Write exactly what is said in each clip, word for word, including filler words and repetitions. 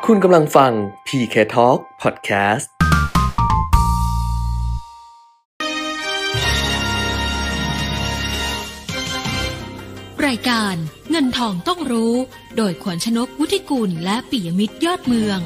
คุณกำลังฟัง พี เค Talk Podcast รายการเงินทองต้องรู้โดยขวัญชนกวุฒิกุลและปิยมิตรยอดเมือง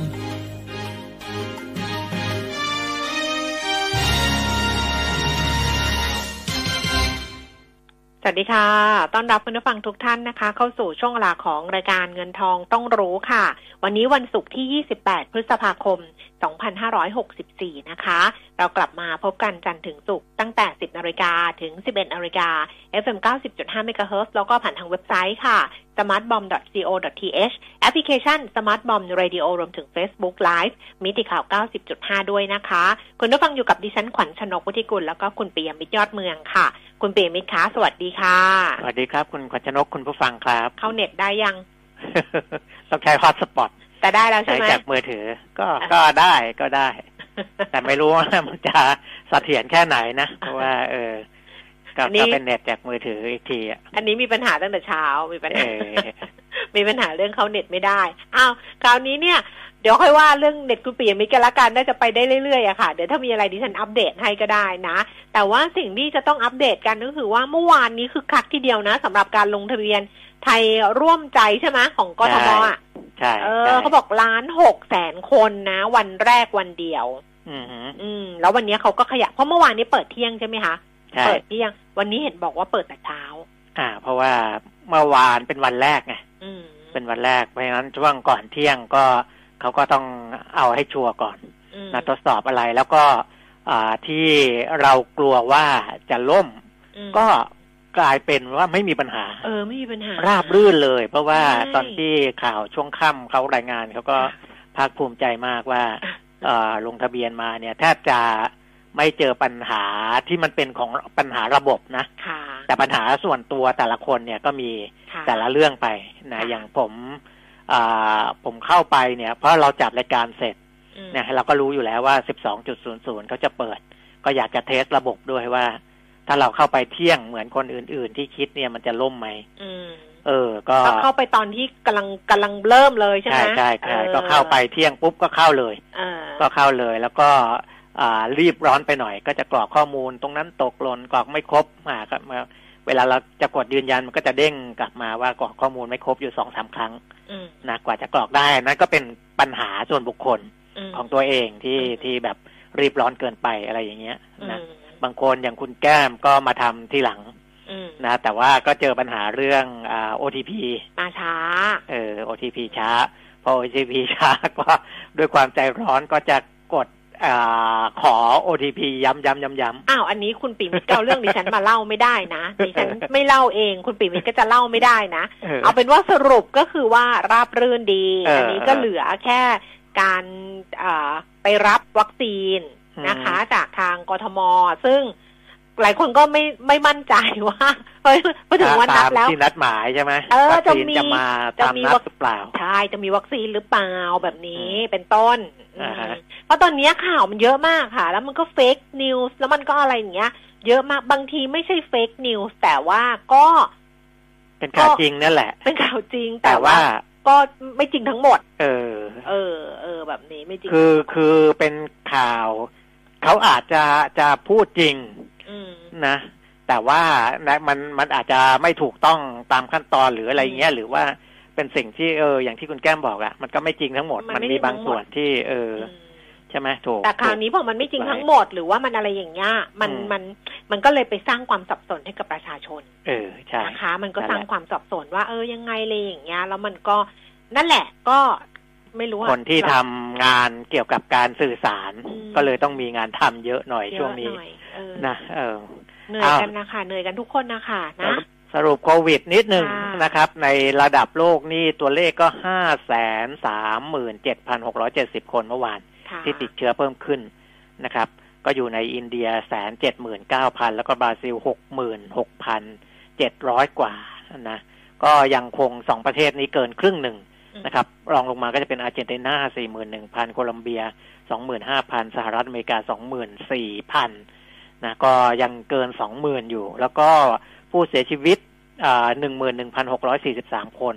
สวัสดีค่ะต้อนรับคุณผู้ฟังทุกท่านนะคะเข้าสู่ช่วงเวลาของรายการเงินทองต้องรู้ค่ะวันนี้วันศุกร์ที่ยี่สิบแปดพฤษภาคมสองพันห้าร้อยหกสิบสี่นะคะเรากลับมาพบกันจันทร์ถึงศุกร์ตั้งแต่ สิบนาฬิกา ถึง สิบเอ็ดนาฬิกา เอฟ เอ็ม เก้าสิบจุดห้า เมกะเฮิรตซ์ แล้วก็ผ่านทางเว็บไซต์ค่ะ สมาร์ทบอม ดอท ซี โอ ดอท ที เอช แอปพลิเคชัน Smartbomb Radio รวมถึง Facebook Live มิติข่าว เก้าสิบจุดห้า ด้วยนะคะคุณผู้ฟังอยู่กับดิฉันขวัญชนกวุฒิกุลแล้วก็คุณปิยมิตรยอดเมืองค่ะคุณปิยมิตรคะสวัสดีค่ะสวัสดีครับคุณขวัญชนกคุณผู้ฟังครับเข้าเน็ตได้ยังต้องใช้ฮอตสปอตแต่ได้แล้วใช่ไหมใช้จากมือถือก็ก็ได้ก็ได้แต่ไม่รู้ว่ามันจะเสถียรแค่ไหนนะเพราะว่าเออก็เป็นเน็ตจากมือถืออีกทีอ่ะอันนี้มีปัญหาตั้งแต่เช้ามีปัญหา มีปัญหาเรื่องเข้าเน็ตไม่ได้อ้าวคราวนี้เนี่ยเดี๋ยวค่อยว่าเรื่องเน็ตคุณปิยมิตรกันละกันน่าจะไปได้เรื่อยๆอะค่ะเดี๋ยวถ้ามีอะไรดิฉันอัปเดตให้ก็ได้นะแต่ว่าสิ่งที่จะต้องอัปเดตกันก็คือว่าเมื่อวานนี้คือคักทีเดียวนะสำหรับการลงทะเบียนไทยร่วมใจใช่ไหมของกทมอ่ะใช่เออเขาบอกล้านหกแสนคนนะวันแรกวันเดียวอืมอืมแล้ววันนี้เขาก็ขยับเพราะเมื่อวานนี้เปิดเที่ยงใช่ไหมคะเปิดเที่ยงวันนี้เห็นบอกว่าเปิดแต่เช้าอ่าเพราะว่าเมื่อวานเป็นวันแรกไงเป็นวันแรกเพราะฉะนั้นช่วงก่อนเที่ยงก็เขาก็ต้องเอาให้ชัวร์ก่อนนะทดสอบอะไรแล้วก็อ่าที่เรากลัวว่าจะล่มก็กลายเป็นว่าไม่มีปัญหาเออไม่มีปัญหาราบรื่นเลยเพราะว่าตอนที่ข่าวช่วงค่ำเขารายงานเขาก็ภาคภูมิใจมากว่าเอ่อลงทะเบียนมาเนี่ยแทบจะไม่เจอปัญหาที่มันเป็นของปัญหาระบบนะแต่ปัญหาส่วนตัวแต่ละคนเนี่ยก็มีแต่ละเรื่องไปนะอย่างผมอ่าผมเข้าไปเนี่ยเพราะเราจัดรายการเสร็จเนี่ยเราก็รู้อยู่แล้วว่า สิบสองจุดศูนย์ศูนย์ เขาจะเปิดก็อยากจะเทสระบบด้วยว่าถ้าเราเข้าไปเที่ยงเหมือนคนอื่นๆที่คิดเนี่ยมันจะล่มไหมเออก็เข้าไปตอนที่กำลังกำลังเริ่มเลยใช่ไหมใช่ใช่ใช่ก็เข้าไปเที่ยงปุ๊บก็เข้าเลยก็เข้าเลยแล้วก็อ่ารีบร้อนไปหน่อยก็จะกรอกข้อมูลตรงนั้นตกหล่นกรอกไม่ครบมาก็มาเวลาเราจะกดยืนยันมันก็จะเด้งกลับมาว่ากรอกข้อมูลไม่ครบอยู่ สองสาม ครั้งนะกว่าจะกรอกได้นั่นก็เป็นปัญหาส่วนบุคคลของตัวเองที่ที่แบบรีบร้อนเกินไปอะไรอย่างเงี้ยนะบางคนอย่างคุณแก้มก็มาทำที่หลังนะแต่ว่าก็เจอปัญหาเรื่องอ่า โอ ที พีมาช้าเออ โอ ที พี ช้าพอ โอ ที พี ช้าก็ด้วยความใจร้อนก็จะกดอ่าขอ โอ ที พี ย้ำย้ำย้ำย้ำอ้าวอันนี้คุณปิ่มมิตรเอาเรื่องดิฉันมาเล่าไม่ได้นะดิฉันไม่เล่าเองคุณปิ่มมิตรก็จะเล่าไม่ได้นะเอาเป็นว่าสรุปก็คือว่าราบรื่นดีอันนี้ก็เหลือแค่การอ่าไปรับวัคซีนนะคะจากทางกทมซึ่งหลายคนก็ไม่ไม่มั่นใจว่าเฮ้ยพอถึงวันนัดแล้วที่นัดหมายใช่ไหมเออจะมีจะมาจะมีวัคซีนหรือเปล่าใช่จะมีวัคซีนหรือเปล่าแบบนี้เป็นต้นเพราะตอนนี้ข่าวมันเยอะมากค่ะแล้วมันก็เฟกนิวส์แล้วมันก็อะไรอย่างเงี้ยเยอะมากบางทีไม่ใช่เฟกนิวส์แต่ว่าก็เป็นข่าวจริงนั่นแหละเป็นข่าวจริงแต่ว่าก็ไม่จริงทั้งหมดเออเออเออแบบนี้ไม่จริงคือคือเป็นข่าวเขาอาจจะจะพูดจริงนะแต่ว่านะมันมันอาจจะไม่ถูกต้องตามขั้นตอนหรืออะไรเงี้ยหรือว่าเป็นสิ่งที่เอออย่างที่คุณแก้มบอกอะมันก็ไม่จริงทั้งหมดมันมีบางส่วนที่เออใช่ไหมถูกแต่คราวนี้พอมันไม่จริงทั้งหมดหรือว่ามันอะไรอย่างเงี้ยมันมันมันก็เลยไปสร้างความสับสนให้กับประชาชนเออใช่นะคะมันก็สร้างความสับสนว่าเออยังไงเลยอย่างเงี้ยแล้วมันก็นั่นแหละก็ไม่รู้คนที่ทำงานเกี่ยวกับการสื่อสารก็เลยต้องมีงานทำเยอะหน่อยช่วงนี้นะเออเหนื่อยกันนะคะเหนื่อยกันทุกคนนะคะนะสรุปโควิดนิดนึงนะครับในระดับโลกนี่ตัวเลขก็ ห้าแสนสามหมื่นเจ็ดพันหกร้อยเจ็ดสิบ คนเมื่อวานที่ติดเชื้อเพิ่มขึ้นนะครับก็อยู่ในอินเดีย หนึ่งแสนเจ็ดหมื่นเก้าพัน แล้วก็บราซิล หกหมื่นหกพันเจ็ดร้อย กว่านะก็ยังคงสองประเทศนี้เกินครึ่งหนึ่งนะครับรองลงมาก็จะเป็นอาร์เจนตินา สี่หมื่นหนึ่งพัน โคลอมเบีย สองหมื่นห้าพัน สหรัฐอเมริกา สองหมื่นสี่พัน นะก็ยังเกิน สองหมื่น อยู่แล้วก็ผู้เสียชีวิตอ่า หนึ่งหมื่นหนึ่งพันหกร้อยสี่สิบสาม คน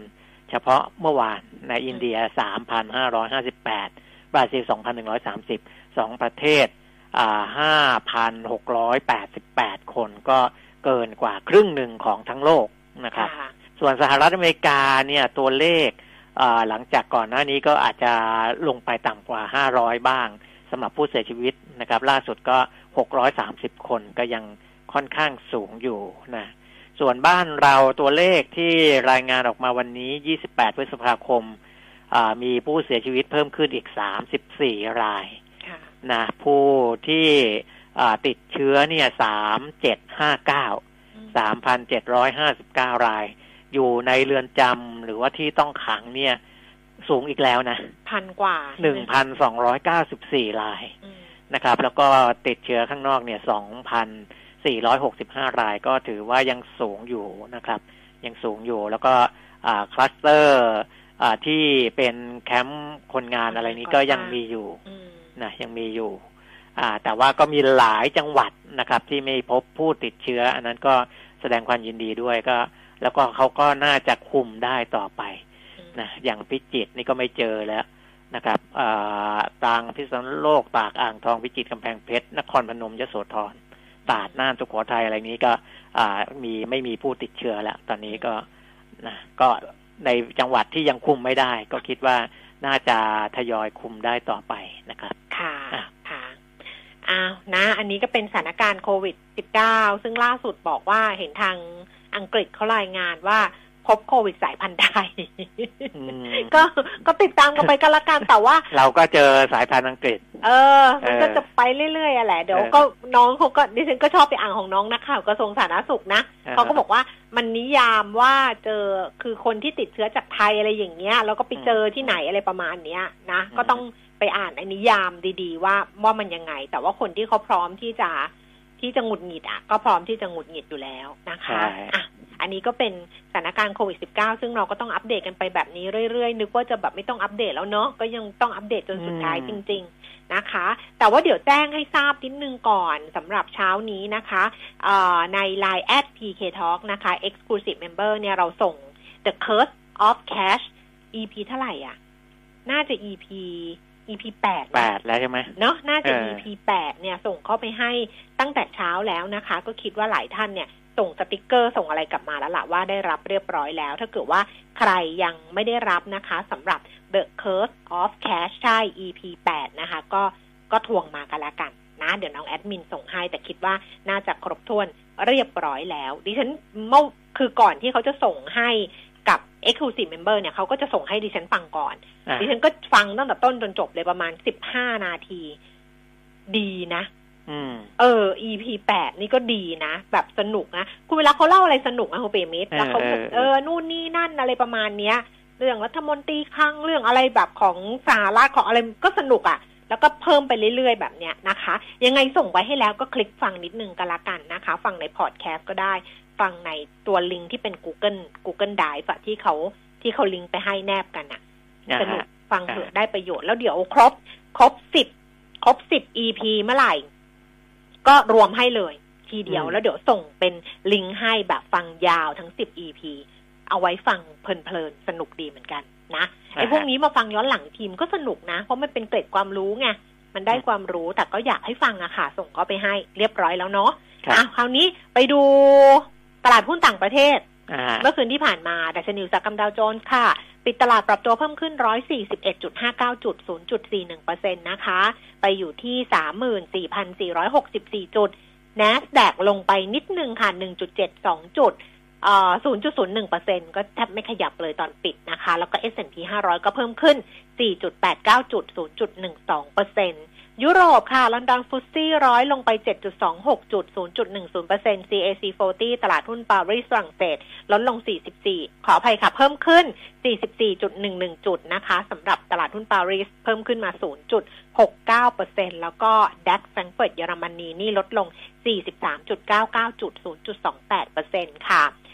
เฉพาะเมื่อวานในอินเดีย สามพันห้าร้อยห้าสิบแปด บราซิล สองพันหนึ่งร้อยสามสิบ สองประเทศอ่า ห้าพันหกร้อยแปดสิบแปด คนก็เกินกว่าครึ่งหนึ่งของทั้งโลกนะครับส่วนสหรัฐอเมริกาเนี่ยตัวเลขหลังจากก่อนหน้านี้ก็อาจจะลงไปต่ำกว่าห้าร้อยบ้างสำหรับผู้เสียชีวิตนะครับล่าสุดก็หกร้อยสามสิบคนก็ยังค่อนข้างสูงอยู่นะส่วนบ้านเราตัวเลขที่รายงานออกมาวันนี้ยี่สิบแปดพฤษภาคมมีผู้เสียชีวิตเพิ่มขึ้นอีกสามสิบสี่รายนะผู้ที่ติดเชื้อเนี่ยสามพันเจ็ดร้อยห้าสิบเก้า สามพันเจ็ดร้อยห้าสิบเก้ารายอยู่ในเรือนจำหรือว่าที่ต้องขังเนี่ยสูงอีกแล้วนะพันกว่าหนึ่งพันสองร้อยเก้าสิบสี่รายนะครับแล้วก็ติดเชื้อข้างนอกเนี่ย สองพันสี่ร้อยหกสิบห้ารายก็ถือว่ายังสูงอยู่นะครับยังสูงอยู่แล้วก็คลัสเตอร์ที่เป็นแคมป์คนงานอะไรนี้ก็ยังมีอยู่นะยังมีอยู่แต่ว่าก็มีหลายจังหวัดนะครับที่ไม่พบผู้ติดเชื้ออันนั้นก็แสดงความยินดีด้วยก็แล้วก็เขาก็น่าจะคุมได้ต่อไปนะอย่างพิจิตรนี่ก็ไม่เจอแล้วนะครับตรังพิษณุโลกตากอ่างทองพิจิตรกำแพงเพชรนครพนมยโสธรตราดน่านสุโขทัยอะไรนี้ก็มีไม่มีผู้ติดเชื้อแล้วตอนนี้ก็นะก็ในจังหวัดที่ยังคุมไม่ได้ก็คิดว่าน่าจะทยอยคุมได้ต่อไปนะครับค่ะค่ะอ้าวนะอันนี้ก็เป็นสถานการณ์โควิด สิบเก้า ซึ่งล่าสุดบอกว่าเห็นทางอังกฤษเขารายงานว่าพบโควิดสายพันธุ์ไทยก็ก็ติดตามกันไปกันละกันแต่ว่าเราก็เจอสายพันธุ์อังกฤษเออมันก็จะไปเรื่อยๆแหละเดี๋ยวก็น้องเขาก็ดิฉันก็ชอบไปอ่านของน้องนักข่าวกระทรวงสาธารณสุขนะเขาก็บอกว่ามันนิยามว่าเจอคือคนที่ติดเชื้อจากไทยอะไรอย่างเงี้ยแล้วก็ไปเจอที่ไหนอะไรประมาณเนี้ยนะก็ต้องไปอ่านไอ้นิยามดีๆว่าว่ามันยังไงแต่ว่าคนที่เขาพร้อมที่จะที่จะหงุดหงิดอ่ะก็พร้อมที่จะหงุดหงิดอยู่แล้วนะคะอ่ะอันนี้ก็เป็นสถานการณ์โควิด สิบเก้า ซึ่งเราก็ต้องอัปเดตกันไปแบบนี้เรื่อยๆนึกว่าจะแบบไม่ต้องอัปเดตแล้วเนาะก็ยังต้องอัปเดตจนสุดท้ายจริงๆนะคะแต่ว่าเดี๋ยวแจ้งให้ทราบนิดนึงก่อนสำหรับเช้านี้นะคะใน ไลน์ แอท พี เค Talk นะคะ Exclusive Member เนี่ยเราส่ง The Curse of Cash อี พี เท่าไหร่อ่ะน่าจะ อี พี อี พี แปดแปดแล้วใช่ไหมเนาะน่าจะ อี พี แปดเนี่ยส่งเข้าไปให้ตั้งแต่เช้าแล้วนะคะก็คิดว่าหลายท่านเนี่ยส่งสติกเกอร์ส่งอะไรกลับมาแล้วล่ะว่าได้รับเรียบร้อยแล้วถ้าเกิดว่าใครยังไม่ได้รับนะคะสำหรับ The Curse of Cash ใช่ อี พี แปดนะคะก็ก็ทวงมากันละกันนะเดี๋ยวน้องแอดมินส่งให้แต่คิดว่าน่าจะครบถ้วนเรียบร้อยแล้วดิฉันเมื่อคือก่อนที่เขาจะส่งให้กับ Exclusive Member เนี่ยเขาก็จะส่งให้ดิฉันฟังก่อนดิฉันก็ฟังตั้งแต่ต้นจนจบเลยประมาณสิบห้านาทีดีนะเออ อี พี แปดนี่ก็ดีนะแบบสนุกนะคุณเวลาเขาเล่าอะไรสนุกนะคุณเปรมิตรแล้วเขาเออนู่นนี่นั่นอะไรประมาณเนี้ยเรื่องรัฐมนตรีคลังเรื่องอะไรแบบของสหรัฐของอะไรก็สนุกอ่ะแล้วก็เพิ่มไปเรื่อยๆแบบเนี้ยนะคะยังไงส่งไว้ให้แล้วก็คลิกฟังนิดนึงกันละกันนะคะฟังในพอดแคสต์ก็ได้ฟังในตัวลิงก์ที่เป็น Google Google Drive ที่เขาที่เขาลิงก์ไปให้แนบกันอ่ะสนุกฟังเถอะได้ประโยชน์แล้วเดี๋ยวครบครบสิบครบสิบ อี พี เมื่อไหร่ก็รวมให้เลยทีเดียวแล้วเดี๋ยวส่งเป็นลิงก์ให้แบบฟังยาวทั้งสิบ อี พี เอาไว้ฟังเพลินๆสนุกดีเหมือนกันนะไอ้พวกนี้มาฟังย้อนหลังทีมก็สนุกนะเพราะมันเป็นเกร็ดความรู้ไงมันได้ความรู้แต่ก็อยากให้ฟังอะค่ะส่งก็ไปให้เรียบร้อยแล้วเนาะอ่ะคราวนี้ไปดูตลาดหุ้นต่างประเทศเมื่อคืนที่ผ่านมาดัชนีอุตสาหกรรมดาวโจนส์ค่ะปิดตลาดปรับตัวเพิ่มขึ้น หนึ่งร้อยสี่สิบเอ็ดจุดห้าเก้า จุด ศูนย์จุดสี่หนึ่งเปอร์เซ็นต์ นะคะไปอยู่ที่ สามหมื่นสี่พันสี่ร้อยหกสิบสี่ จุด NASDAQ ลงไปนิดนึงค่ะ หนึ่งจุดเจ็ดสอง จุดเอ่อ ศูนย์จุดศูนย์หนึ่งเปอร์เซ็นต์ ก็แทบไม่ขยับเลยตอนปิดนะคะแล้วก็ เอส แอนด์ พี ห้าร้อยก็เพิ่มขึ้น สี่จุดแปดเก้า จุด ศูนย์จุดหนึ่งสองเปอร์เซ็นต์ยุโรปค่ะลอนดอนฟุตซี่ร้อยลงไป เจ็ดจุดสองหก จุด ศูนย์จุดหนึ่งศูนย์เปอร์เซ็นต์ ซี เอ ซี สี่สิบ ตลาดหุ้นปารีสฝรั่งเศสลดลงสี่สิบสี่ขออภัยค่ะเพิ่มขึ้น สี่สิบสี่จุดหนึ่งหนึ่ง จุดนะคะสำหรับตลาดหุ้นปารีสเพิ่มขึ้นมา ศูนย์จุดหกเก้าเปอร์เซ็นต์ แล้วก็ ดัค แฟรงก์เฟิร์ตเยอรมนีนี่ลดลง สี่สิบสามจุดเก้าเก้า จุด ศูนย์จุดสองแปดเปอร์เซ็นต์ ค่ะ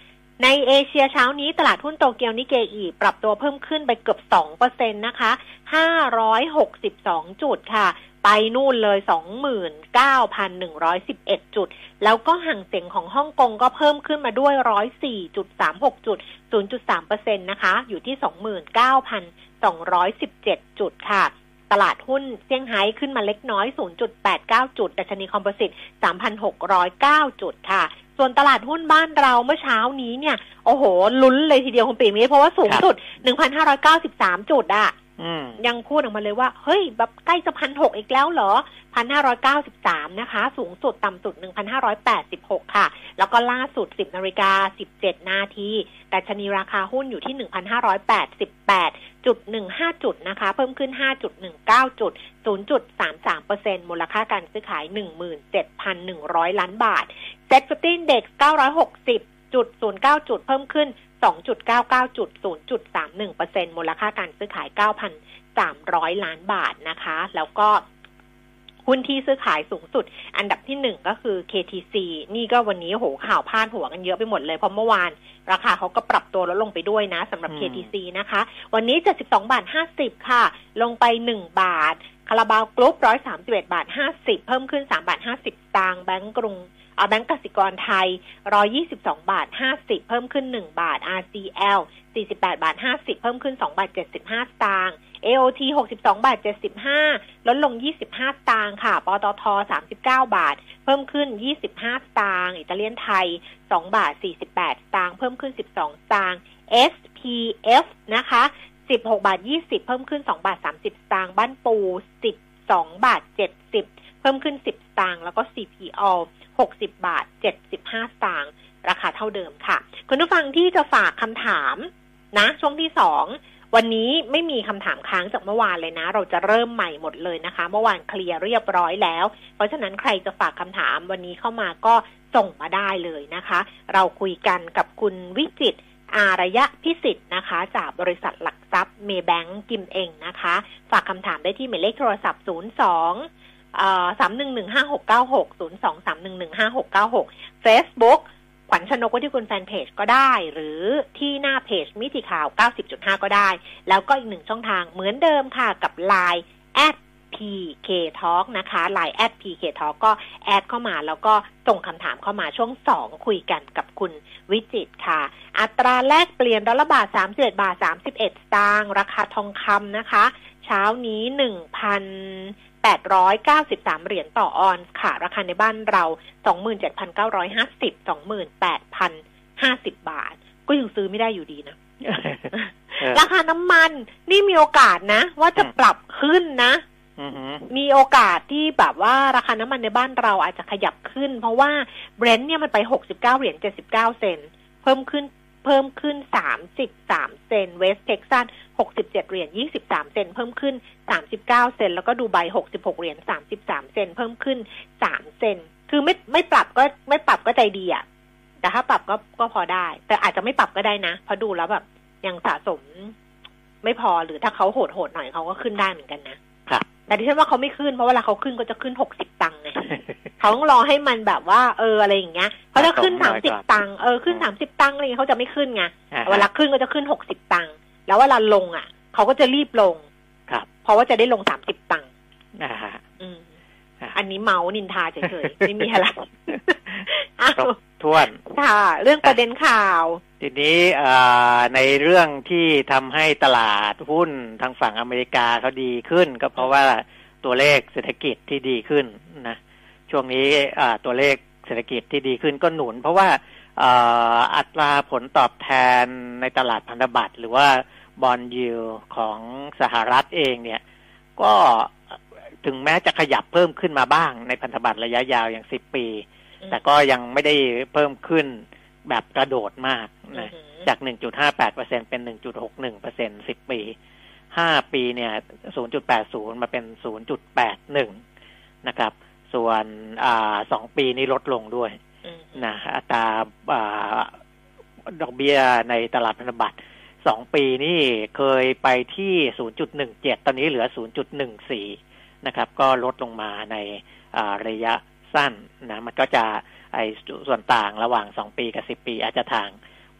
ในเอเชียเช้านี้ตลาดหุ้นโตเกียวนิเกอิปรับตัวเพิ่มขึ้นไปเกือบ สองเปอร์เซ็นต์ นะคะห้าร้อยหกสิบสองจุดค่ะไปนู่นเลย สองหมื่นเก้าพันหนึ่งร้อยสิบเอ็ด จุดแล้วก็ห่างเสียงของฮ่องกงก็เพิ่มขึ้นมาด้วย หนึ่งร้อยสี่จุดสามหก จุด ศูนย์จุดสามเปอร์เซ็นต์ นะคะอยู่ที่ สองหมื่นเก้าพันสองร้อยสิบเจ็ด จุดค่ะตลาดหุ้นเซี่ยงไฮ้ขึ้นมาเล็กน้อย ศูนย์จุดแปดเก้า จุดดัชนีคอมโพสิต สามพันหกร้อยเก้า จุดค่ะส่วนตลาดหุ้นบ้านเราเมื่อเช้านี้เนี่ยโอ้โหลุ้นเลยทีเดียวคุณปีนี้เพราะว่าสูงสุด หนึ่งพันห้าร้อยเก้าสิบสาม จุดอ่ะยังพูดออกมาเลยว่าเฮ้ยแบบใกล้จะ หนึ่งพันหกร้อย อีกแล้วเหรอ หนึ่งพันห้าร้อยเก้าสิบสาม นะคะสูงสุดต่ำสุด หนึ่งพันห้าร้อยแปดสิบหก ค่ะแล้วก็ล่าสุด สิบนาฬิกาสิบเจ็ดนาทีดัชนีราคาหุ้นอยู่ที่ หนึ่งพันห้าร้อยแปดสิบแปดจุดหนึ่งห้า จุดนะคะเพิ่มขึ้น ห้าจุดหนึ่งเก้า จุด ศูนย์จุดสามสามเปอร์เซ็นต์ มูลค่าการซื้อขาย หนึ่งหมื่นเจ็ดพันหนึ่งร้อย ล้านบาท เซ็ต ห้าสิบ Index เก้าร้อยหกสิบจุดศูนย์เก้า จุดเพิ่มขึ้น สองจุดเก้าเก้า จุด ศูนย์จุดสามหนึ่งเปอร์เซ็นต์ มูลค่าการซื้อขาย เก้าพันสามร้อย ล้านบาทนะคะแล้วก็หุ้นที่ซื้อขายสูงสุดอันดับที่หนึ่งก็คือ เค ที ซี นี่ก็วันนี้โหข่าวพาดหัวกันเยอะไปหมดเลยเพราะเมื่อวานราคาเขาก็ปรับตัวลดลงไปด้วยนะสำหรับ เค ที ซี นะคะวันนี้เจ็ดสิบสองบาทห้าสิบค่ะลงไปหนึ่งบาทคาราบาวกรุ๊ปหนึ่งร้อยสามสิบเอ็ดบาทห้าสิบเพิ่มขึ้นสามบาทห้าสิบสตางค์แบงก์กรุงเอาแบงก์กสิกรไทยหนึ่งร้อยยี่สิบสองบาทห้าสิบเพิ่มขึ้นหนึ่งบาท อาร์ ซี แอล สี่สิบแปดบาทห้าสิบเพิ่มขึ้นสองบาทเจ็ดสิบห้าสตางค์ เอ โอ ที หกสิบสองบาทเจ็ดสิบห้าลดลงยี่สิบห้าสตางค์ค่ะปตทสามสิบเก้าบาทเพิ่มขึ้นยี่สิบห้าสตางค์อิตาเลียนไทยสองบาทสี่สิบแปดสตางค์เพิ่มขึ้นสิบสองสตางค์ เอส พี เอฟ นะคะสิบหกบาทยี่สิบเพิ่มขึ้นสองบาทสามสิบสตางค์บ้านปูสิบสองบาทเจ็ดสิบเพิ่มขึ้นสิบสตางค์แล้วก็ ซี พี โอ หกสิบบาทเจ็ดสิบห้าสตางค์ราคาเท่าเดิมค่ะคุณผู้ฟังที่จะฝากคำถามนะช่วงที่สองวันนี้ไม่มีคำถามค้างจากเมื่อวานเลยนะเราจะเริ่มใหม่หมดเลยนะคะเมื่อวานเคลียร์เรียบร้อยแล้วเพราะฉะนั้นใครจะฝากคำถามวันนี้เข้ามาก็ส่งมาได้เลยนะคะเราคุยกันกับคุณวิจิตรอารยะพิสิทธิ์นะคะจากบริษัทหลักทรัพย์เมย์แบงก์กิมเองนะคะฝากคำถามได้ที่หมายเลขโทรศัพท์ศูนย์ สองสามหนึ่งหนึ่งห้าหกเก้าหก ศูนย์ สอง สามหนึ่งหนึ่งห้าหกเก้าหก Facebook ขวัญชนกวัฒน์คุณแฟนเพจก็ได้หรือที่หน้าเพจมิติข่าว เก้าสิบจุดห้า ก็ได้แล้วก็อีกหนึ่งช่องทางเหมือนเดิมค่ะกับ ไลน์ แอท พี เค ทอล์ก นะคะ ไลน์ แอท พี เค ทอล์ก ก็แอดเข้ามาแล้วก็ส่งคำถามเข้ามาช่วงสองคุยกันกับคุณวิจิตรค่ะอัตราแลกเปลี่ยนดอลลาร์บาทสามสิบเอ็ดบาทสามสิบเอ็ดสตางค์ราคาทองคำนะคะเช้านี้ หนึ่งพันแปดร้อยเก้าสิบสาม เหรียญต่อออนซ์ค่ะราคาในบ้านเรา สองหมื่นเจ็ดพันเก้าร้อยห้าสิบ สองหมื่นแปดพันห้าสิบ บาทก็ยังซื้อไม่ได้อยู่ดีนะ ราคาน้ำมันนี่มีโอกาสนะว่าจะปรับขึ้นนะมีโอกาสที่แบบว่าราคาน้ำมันในบ้านเราอาจจะขยับขึ้นเพราะว่าเบรนท์เนี่ยมันไปหกสิบเก้าเหรียญเจ็ดสิบเก้าเซนต์เพิ่มขึ้นเพิ่มขึ้นสามสิบสามเซนต์เวสต์เท็กซัสหกสิบเจ็ดเหรียญยี่สิบสามเซนต์เพิ่มขึ้นสามสิบเก้าเซนต์แล้วก็ดูไบหกสิบหกเหรียญสามสิบสามเซนต์เพิ่มขึ้นสามเซนต์คือไม่ไม่ปรับก็ไม่ปรับก็ใจดีอ่ะแต่ถ้าปรับก็ก็พอได้แต่อาจจะไม่ปรับก็ได้นะเพราะดูแล้วแบบยังสะสมไม่พอหรือถ้าเขาโหดโหดหน่อยเขาก็ขึ้นได้เหมือนกันนะครับแต่ดิฉันว่าเขาไม่ขึ้นเพราะเวลาเขาขึ้นก็จะขึ้นหกสิบตังค์ไง เขาต้องรอให้มันแบบว่าเอออะไรอย่างเงี้ยเพราะถ้าขึ้นสามสิบตังค์เออขึ้นสามสิบตังค์อะไรเขาจะไม่ขึ้นไงเวลาขึ้นก็จะขึ้นหกสิบตังค์แล้วเวลาลงอ่ะเขาก็จะรีบลงครับเพราะว่าจะได้ลงสามสิบตังค์อ่าฮะอืมอันนี้เมานินทาเฉยๆไม่มีอะไรอ้าวท้วนค่ะเรื่องประเด็นข่าวทีนี้ในเรื่องที่ทำให้ตลาดหุ้นทางฝั่งอเมริกาเขาดีขึ้นก็เพราะว่าตัวเลขเศรษฐกิจที่ดีขึ้นนะช่วงนี้ตัวเลขเศรษฐกิจที่ดีขึ้นก็หนุนเพราะว่าอัตราผลตอบแทนในตลาดพันธบัตรหรือว่าบอนด์ยิลด์ของสหรัฐเองเนี่ยก็ถึงแม้จะขยับเพิ่มขึ้นมาบ้างในพันธบัตรระยะยาวอย่างสิบปีแต่ก็ยังไม่ได้เพิ่มขึ้นแบบกระโดดมากนะจาก หนึ่งจุดห้าแปดเปอร์เซ็นต์ เป็น หนึ่งจุดหกหนึ่งเปอร์เซ็นต์ สิบปีห้าปีเนี่ย ศูนย์จุดแปดศูนย์ มาเป็น ศูนย์จุดแปดหนึ่ง นะครับส่วนอ่าสองปีนี้ลดลงด้วยนะอัตราอ่าดอกเบี้ยในตลาดพันธบัตรสองปีนี่เคยไปที่ ศูนย์จุดหนึ่งเจ็ด ตอนนี้เหลือ ศูนย์จุดหนึ่งสี่ นะครับก็ลดลงมาในอ่าระยะสั้นนะมันก็จะไอ้ส่วนต่างระหว่างสองปีกับสิบปีอาจจะทาง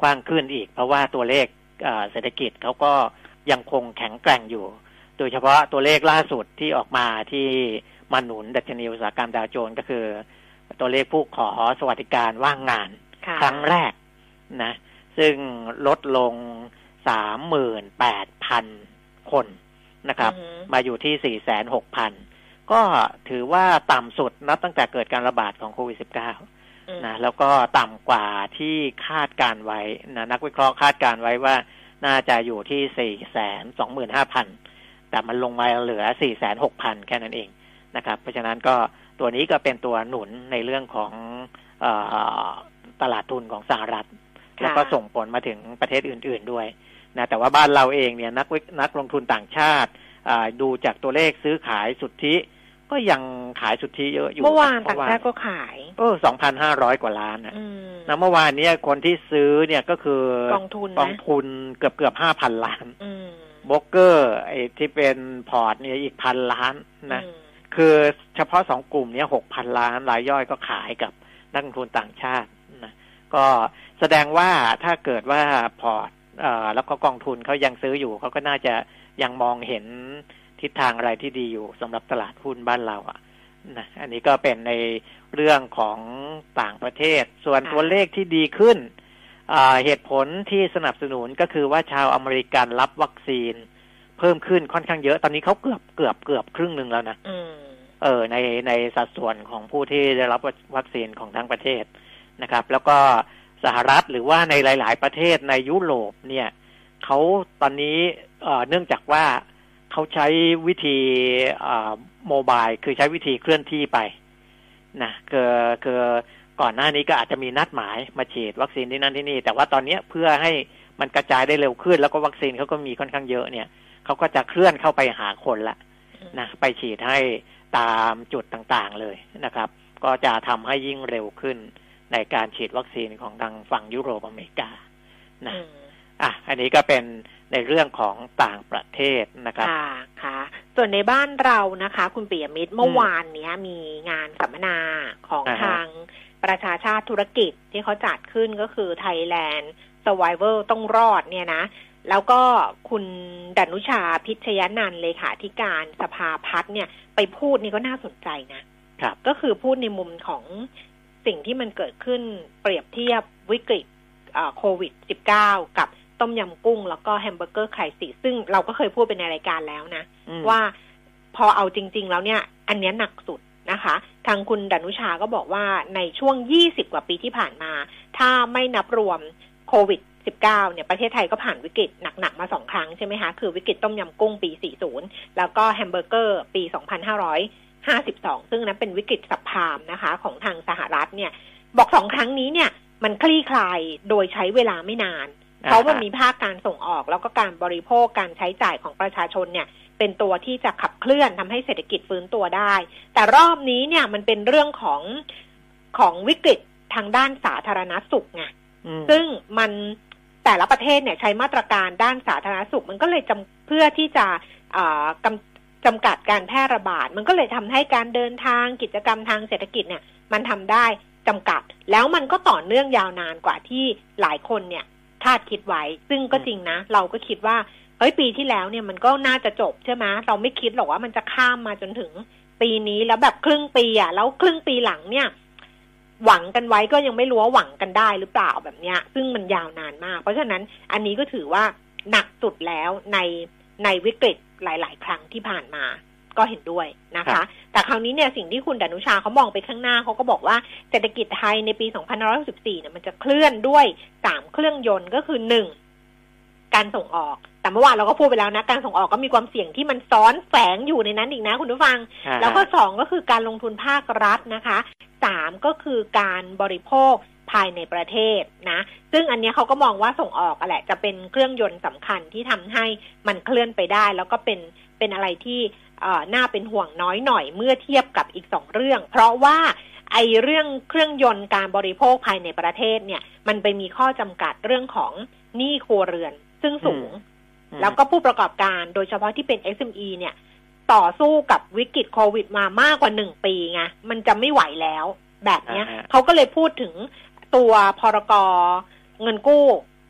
กว้างขึ้นอีกเพราะว่าตัวเลขเศรษฐกิจเขาก็ยังคงแข็งแกร่งอยู่โดยเฉพาะตัวเลขล่าสุดที่ออกมาที่มาหนุนดัชนีอุตสาหกรรมดาวโจนส์ก็คือตัวเลขผู้ขอสวัสดิการว่างงานครั้งแรกนะซึ่งลดลง สามหมื่นแปดพัน คนนะครับมาอยู่ที่ สี่แสนหกพัน ก็ถือว่าต่ำสุดนับตั้งแต่เกิดการระบาดของโควิด สิบเก้า นะแล้วก็ต่ำกว่าที่คาดการไว้นะนักวิเคราะห์คาดการไว้ว่าน่าจะอยู่ที่ สี่แสนสองหมื่นห้าพัน แต่มันลงมาเหลือ สี่แสนหกพัน แค่นั้นเองนะครับเพราะฉะนั้นก็ตัวนี้ก็เป็นตัวหนุนในเรื่องของเอ่อตลาดทุนของสหรัฐแล้วก็ส่งผลมาถึงประเทศอื่นๆด้วยนะแต่ว่าบ้านเราเองเนี่ยนักนักลงทุนต่างชาติดูจากตัวเลขซื้อขายสุทธิก็ยังขายสุทธิเยอะอยู่เมื่อวานต่างชาติก็ขายเออ สองพันห้าร้อย กว่าล้านนะนะเมื่อวานนี้คนที่ซื้อเนี่ยก็คือกองทุนกองทุนเกือบเกือบ ห้าพัน ล้านโบรกเกอร์ไอ้ที่เป็นพอร์ตเนี่ยอีก หนึ่งพัน ล้านนะคือเฉพาะสองกลุ่มนี้ หกพัน ล้านรายย่อยก็ขายกับนักลงทุนต่างชาตินะก็แสดงว่าถ้าเกิดว่าพอร์ตเอ่อแล้วก็กองทุนเขายังซื้ออยู่เขาก็น่าจะยังมองเห็นทิศทางอะไรที่ดีอยู่สำหรับตลาดหุ้นบ้านเราอ่ะนะอันนี้ก็เป็นในเรื่องของต่างประเทศส่วนตัวเลขที่ดีขึ้นเหตุผลที่สนับสนุนก็คือว่าชาวอเมริกันรับวัคซีนเพิ่มขึ้นค่อนข้างเยอะตอนนี้เขาเกือบเกือบเกือบครึ่งนึงแล้วนะเออในในสัดส่วนของผู้ที่ได้รับวัคซีนของทั้งประเทศนะครับแล้วก็สหรัฐหรือว่าในหลายๆประเทศในยุโรปเนี่ยเขาตอนนี้เอ่อเนื่องจากว่าเขาใช้วิธีโมบายคือใช้วิธีเคลื่อนที่ไปนะคือคือก่อนหน้านี้ก็อาจจะมีนัดหมายมาฉีดวัคซีนที่นั่นที่นี่แต่ว่าตอนนี้เพื่อให้มันกระจายได้เร็วขึ้นแล้วก็วัคซีนเขาก็มีค่อนข้างเยอะเนี่ยเขาก็จะเคลื่อนเข้าไปหาคนละนะไปฉีดให้ตามจุดต่างๆเลยนะครับก็จะทำให้ยิ่งเร็วขึ้นในการฉีดวัคซีนของทางฝั่งยุโรปอเมริกานะอ่ะอันนี้ก็เป็นในเรื่องของต่างประเทศนะครับค่ะค่ะส่วนในบ้านเรานะคะคุณปิยมิตรเมื่อวานนี้มีงานสัมมนาของทางประชาชาติธุรกิจที่เขาจัดขึ้นก็คือ Thailand Survival ต้องรอดเนี่ยนะแล้วก็คุณดนุชาพิชยนันท์เลขาธิการสภาพัฒน์เนี่ยไปพูดนี่ก็น่าสนใจนะครับก็คือพูดในมุมของสิ่งที่มันเกิดขึ้นเปรียบเทียบวิกฤตโควิด สิบเก้า กับต้มยำกุ้งแล้วก็แฮมเบอร์เกอร์ไข่สีซึ่งเราก็เคยพูดไปในรายการแล้วนะว่าพอเอาจริงๆแล้วเนี่ยอันนี้หนักสุดนะคะทางคุณดนุชาก็บอกว่าในช่วงยี่สิบกว่าปีที่ผ่านมาถ้าไม่นับรวมโควิด สิบเก้า เนี่ยประเทศไทยก็ผ่านวิกฤตหนักๆมาสองครั้งใช่ไหมคะคือวิกฤตต้มยำกุ้งปีสี่สิบแล้วก็แฮมเบอร์เกอร์ปีสองพันห้าร้อยห้าสิบสองซึ่งนั้นเป็นวิกฤตซับไพรม์นะคะของทางสหรัฐเนี่ยบอกสองครั้งนี้เนี่ยมันคลี่คลายโดยใช้เวลาไม่นานเพราะมันมีภาคการส่งออกแล้วก็การบริโภคการใช้จ่ายของประชาชนเนี่ยเป็นตัวที่จะขับเคลื่อนทำให้เศรษฐกิจฟื้นตัวได้แต่รอบนี้เนี่ยมันเป็นเรื่องของของวิกฤตทางด้านสาธารณสุขไงซึ่งมันแต่ละประเทศเนี่ยใช้มาตรการด้านสาธารณสุขมันก็เลยจำเพื่อที่จะกำจำกัดการแพร่ระบาดมันก็เลยทำให้การเดินทางกิจกรรมทางเศรษฐกิจเนี่ยมันทำได้จำกัดแล้วมันก็ต่อเนื่องยาวนานกว่าที่หลายคนเนี่ยคาดคิดไว้ซึ่งก็จริงนะเราก็คิดว่าเฮ้ยปีที่แล้วเนี่ยมันก็น่าจะจบใช่ไหมเราไม่คิดหรอกว่ามันจะข้ามมาจนถึงปีนี้แล้วแบบครึ่งปีอ่ะแล้วครึ่งปีหลังเนี่ยหวังกันไว้ก็ยังไม่รู้ว่าหวังกันได้หรือเปล่าแบบเนี้ยซึ่งมันยาวนานมากเพราะฉะนั้นอันนี้ก็ถือว่าหนักสุดแล้วในในวิกฤตหลายๆครั้งที่ผ่านมาก็เห็นด้วยนะคะแต่คราวนี้เนี่ยสิ่งที่คุณดนุชาเขามองไปข้างหน้าเขาก็บอกว่าเศรษฐกิจไทยในปีสองพันห้าร้อยหกสิบสี่เนี่ยมันจะเคลื่อนด้วยสามเครื่องยนต์ก็คือหนึ่งการส่งออกแต่เมื่อวานเราก็พูดไปแล้วนะการส่งออกก็มีความเสี่ยงที่มันซ้อนแฝงอยู่ในนั้นอีกนะคุณผู้ฟังแล้วก็สองก็คือการลงทุนภาครัฐนะคะสามก็คือการบริโภคภายในประเทศนะซึ่งอันนี้เขาก็มองว่าส่งออกแหละจะเป็นเครื่องยนต์สำคัญที่ทำให้มันเคลื่อนไปได้แล้วก็เป็นเป็นอะไรที่น่าเป็นห่วงน้อยหน่อยเมื่อเทียบกับอีกสองเรื่องเพราะว่าไอ้เรื่องเครื่องยนต์การบริโภคภายในประเทศเนี่ยมันไปมีข้อจำกัดเรื่องของหนี้ครัวเรือนซึ่งสูงแล้วก็ผู้ประกอบการโดยเฉพาะที่เป็น เอส เอ็ม อี เนี่ยต่อสู้กับวิกฤตโควิดมามากกว่าหนึ่งปีไงมันจะไม่ไหวแล้วแบบเนี้ยเขาก็เลยพูดถึงตัวพรก.เงินกู้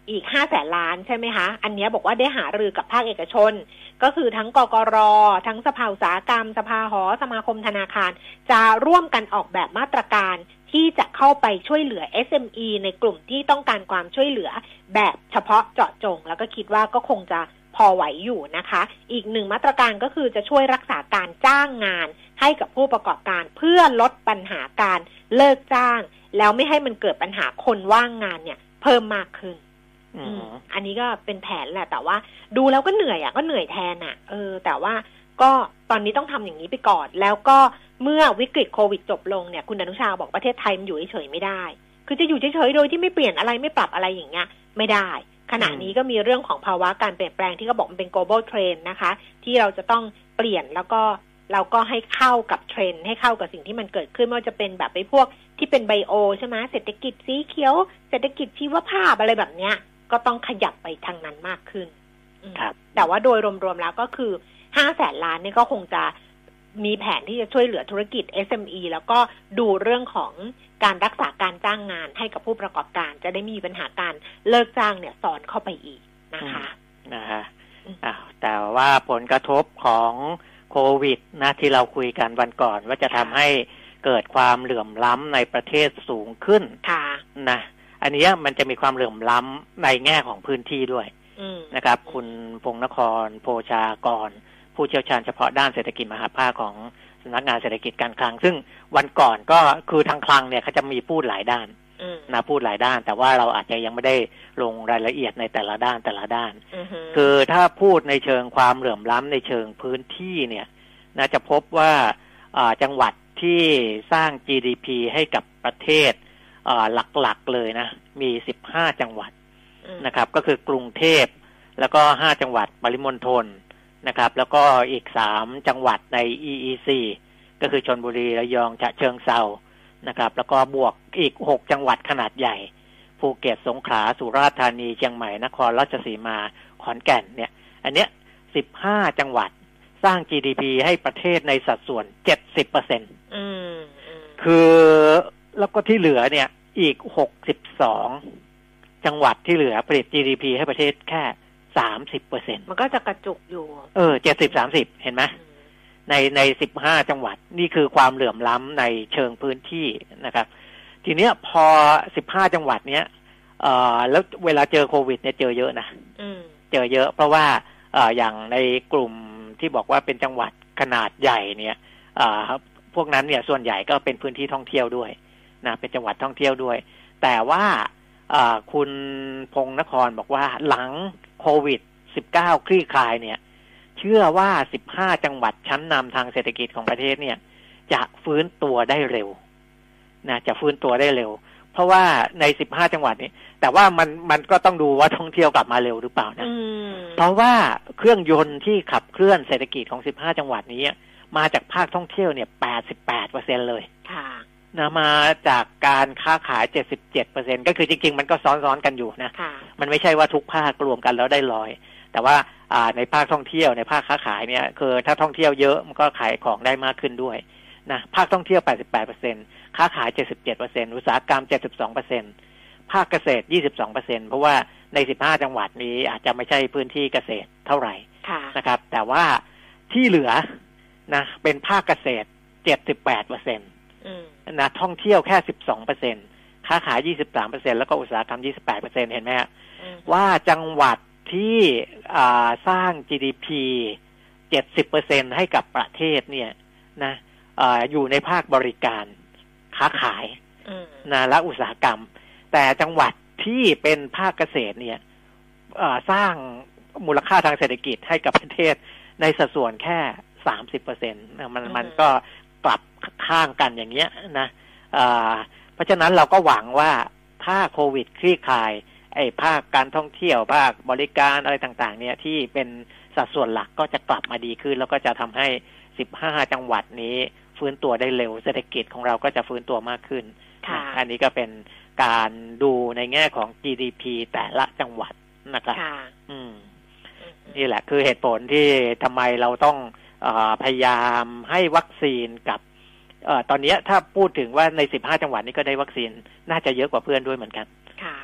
อีกห้าแสนล้านใช่ไหมคะอันนี้บอกว่าได้หารือกับภาคเอกชนก็คือทั้งกกร.ทั้งสภาอุตสาหกรรมสภาหอสมาคมธนาคารจะร่วมกันออกแบบมาตรการที่จะเข้าไปช่วยเหลือ เอส เอ็ม อี ในกลุ่มที่ต้องการความช่วยเหลือแบบเฉพาะเจาะจงแล้วก็คิดว่าก็คงจะพอไหวอยู่นะคะอีกหนึ่งมาตรการก็คือจะช่วยรักษาการจ้างงานให้กับผู้ประกอบการเพื่อลดปัญหาการเลิกจ้างแล้วไม่ให้มันเกิดปัญหาคนว่างงานเนี่ยเพิ่มมากขึ้นอืมอันนี้ก็เป็นแผนแหละแต่ว่าดูแล้วก็เหนื่อยอ่ะก็เหนื่อยแทนอ่ะเออแต่ว่าก็ตอนนี้ต้องทำอย่างนี้ไปก่อนแล้วก็เมื่อวิกฤตโควิดจบลงเนี่ยคุณอนุชาบอกประเทศไทยมันอยู่เฉยๆไม่ได้คือจะอยู่เฉยๆโดยที่ไม่เปลี่ยนอะไรไม่ปรับอะไรอย่างเงี้ยไม่ได้ขณะนี้ก็มีเรื่องของภาวะการเปลี่ยนแปลงที่เขาบอกมันเป็น global trend นะคะที่เราจะต้องเปลี่ยนแล้วก็เราก็ให้เข้ากับเทรนด์ให้เข้ากับสิ่งที่มันเกิดขึ้นไม่ว่าจะเป็นแบบไปพวกที่เป็นไบโอใช่ไหมเศรษฐกิจสีเขียวเศรษฐกิจชีวภาพอะไรแบบเนี้ยก็ต้องขยับไปทางนั้นมากขึ้นครับแต่ว่าโดยรวมๆแล้วก็คือห้าแสนล้านนี่ก็คงจะมีแผนที่จะช่วยเหลือธุรกิจ เอส เอ็ม อี แล้วก็ดูเรื่องของการรักษาการจ้างงานให้กับผู้ประกอบการจะได้มีปัญหาการเลิกจ้างเนี่ยสอนเข้าไปอีกนะคะนะฮะอ้าวแต่ว่าผลกระทบของโควิดนะที่เราคุยกันวันก่อนว่าจะทำให้เกิดความเหลื่อมล้ำในประเทศสูงขึ้นนะอันนี้มันจะมีความเหลื่อมล้ำในแง่ของพื้นที่ด้วยนะครับคุณพงษ์นครโพชากรผู้เชี่ยวชาญเฉพาะด้านเศรษฐกิจมหาภาคของสำนักงานเศรษฐกิจการคลังซึ่งวันก่อนก็คือทางคลังเนี่ยเขาจะมีพูดหลายด้านนะพูดหลายด้านแต่ว่าเราอาจจะยังไม่ได้ลงรายละเอียดในแต่ละด้านแต่ละด้านคือถ้าพูดในเชิงความเหลื่อมล้ำในเชิงพื้นที่เนี่ยน่าจะพบว่าจังหวัดที่สร้าง จี ดี พี ให้กับประเทศหลักๆเลยนะมีสิบห้าจังหวัดนะครับก็คือกรุงเทพแล้วก็ห้าจังหวัดปริมณฑลนะครับแล้วก็อีกสามจังหวัดใน อี อี ซี ก็คือชลบุรีระยองฉะเชิงเทรานะครับแล้วก็บวกอีกหกจังหวัดขนาดใหญ่ภูเก็ตสงขลาสุราษฎร์ธานีเชียงใหม่นครราชสีมาขอนแก่นเนี่ยอันเนี้ยสิบห้าจังหวัดสร้าง จี ดี พี ให้ประเทศในสัดส่วน เจ็ดสิบเปอร์เซ็นต์ อืมคือแล้วก็ที่เหลือเนี่ยอีกหกสิบสองจังหวัดที่เหลือผลิต จี ดี พี ให้ประเทศแค่สามสิบเปอร์เซ็นต์มันก็จะกระจุกอยู่เออเจ็ดสิบ สามสิบเห็นไหมในในสิบห้าจังหวัดนี่คือความเหลื่อมล้ำในเชิงพื้นที่นะครับทีเนี้ยพอสิบห้าจังหวัดเนี้ยเอ่อแล้วเวลาเจอโควิดเนี่ยเจอเยอะนะเจอเยอะเพราะว่าเอ่ออย่างในกลุ่มที่บอกว่าเป็นจังหวัดขนาดใหญ่เนี่ยเอ่อพวกนั้นเนี่ยส่วนใหญ่ก็เป็นพื้นที่ท่องเที่ยวด้วยนะเป็นจังหวัดท่องเที่ยวด้วยแต่ว่าคุณพงษ์นครบอกว่าหลังโควิดสิบเก้า คลี่คลายเนี่ยเชื่อว่าสิบห้าจังหวัดชั้นนำทางเศรษฐกิจของประเทศเนี่ยจะฟื้นตัวได้เร็วนะจะฟื้นตัวได้เร็วเพราะว่าในสิบห้าจังหวัดนี้แต่ว่ามันมันก็ต้องดูว่าท่องเที่ยวกลับมาเร็วหรือเปล่านะเพราะว่าเครื่องยนต์ที่ขับเคลื่อนเศรษฐกิจของสิบห้าจังหวัดนี้มาจากภาคท่องเที่ยวเนี่ย แปดสิบแปดเปอร์เซ็นต์ เลยค่ะนะมาจากการค้าขาย เจ็ดสิบเจ็ดเปอร์เซ็นต์ ก็คือจริงๆมันก็ซ้อนๆกันอยู่นะมันไม่ใช่ว่าทุกภาครวมกันแล้วได้ร้อยแต่ว่าในภาคท่องเที่ยวในภาคค้าขายเนี่ยคือถ้าท่องเที่ยวเยอะมันก็ขายของได้มากขึ้นด้วยนะภาคท่องเที่ยว แปดสิบแปดเปอร์เซ็นต์ ค้าขาย เจ็ดสิบเจ็ดเปอร์เซ็นต์ อุตสาหกรรม เจ็ดสิบสองเปอร์เซ็นต์ ภาคเกษตร ยี่สิบสองเปอร์เซ็นต์ เพราะว่าในสิบห้าจังหวัดนี้อาจจะไม่ใช่พื้นที่เกษตรเท่าไหร่นะครับแต่ว่าที่เหลือนะเป็นภาคเกษตร เจ็ดสิบแปดเปอร์เซ็นต์นะท่องเที่ยวแค่ สิบสองเปอร์เซ็นต์ ค้าขาย ยี่สิบสามเปอร์เซ็นต์ แล้วก็อุตสาหกรรม ยี่สิบแปดเปอร์เซ็นต์ เห็นไหมฮะว่าจังหวัดที่สร้าง จี ดี พี เจ็ดสิบเปอร์เซ็นต์ ให้กับประเทศเนี่ยนะออยู่ในภาคบริการค้าขายนะและอุตสาหกรรมแต่จังหวัดที่เป็นภาคเกษตรเนี่ยสร้างมูลค่าทางเศรษฐกิจให้กับประเทศในสัดส่วนแค่ สามสิบเปอร์เซ็นต์ มันมันก็กลับข้างกันอย่างเงี้ยนะเพราะฉะนั้นเราก็หวังว่าถ้าโควิดคลี่คลายไอ้ภาคการท่องเที่ยวภาคบริการอะไรต่างๆเนี่ยที่เป็นสัดส่วนหลักก็จะกลับมาดีขึ้นแล้วก็จะทำให้สิบห้าจังหวัดนี้ฟื้นตัวได้เร็วเศรษฐกิจของเราก็จะฟื้นตัวมากขึ้นอันนี้ก็เป็นการดูในแง่ของ จี ดี พี แต่ละจังหวัดนะครับอืมนี่แหละคือเหตุผลที่ทำไมเราต้องเอ่อพยายามให้วัคซีนกับเอ่อตอนนี้ถ้าพูดถึงว่าในสิบห้าจังหวัดนี้ก็ได้วัคซีนน่าจะเยอะกว่าเพื่อนด้วยเหมือนกันค่ะ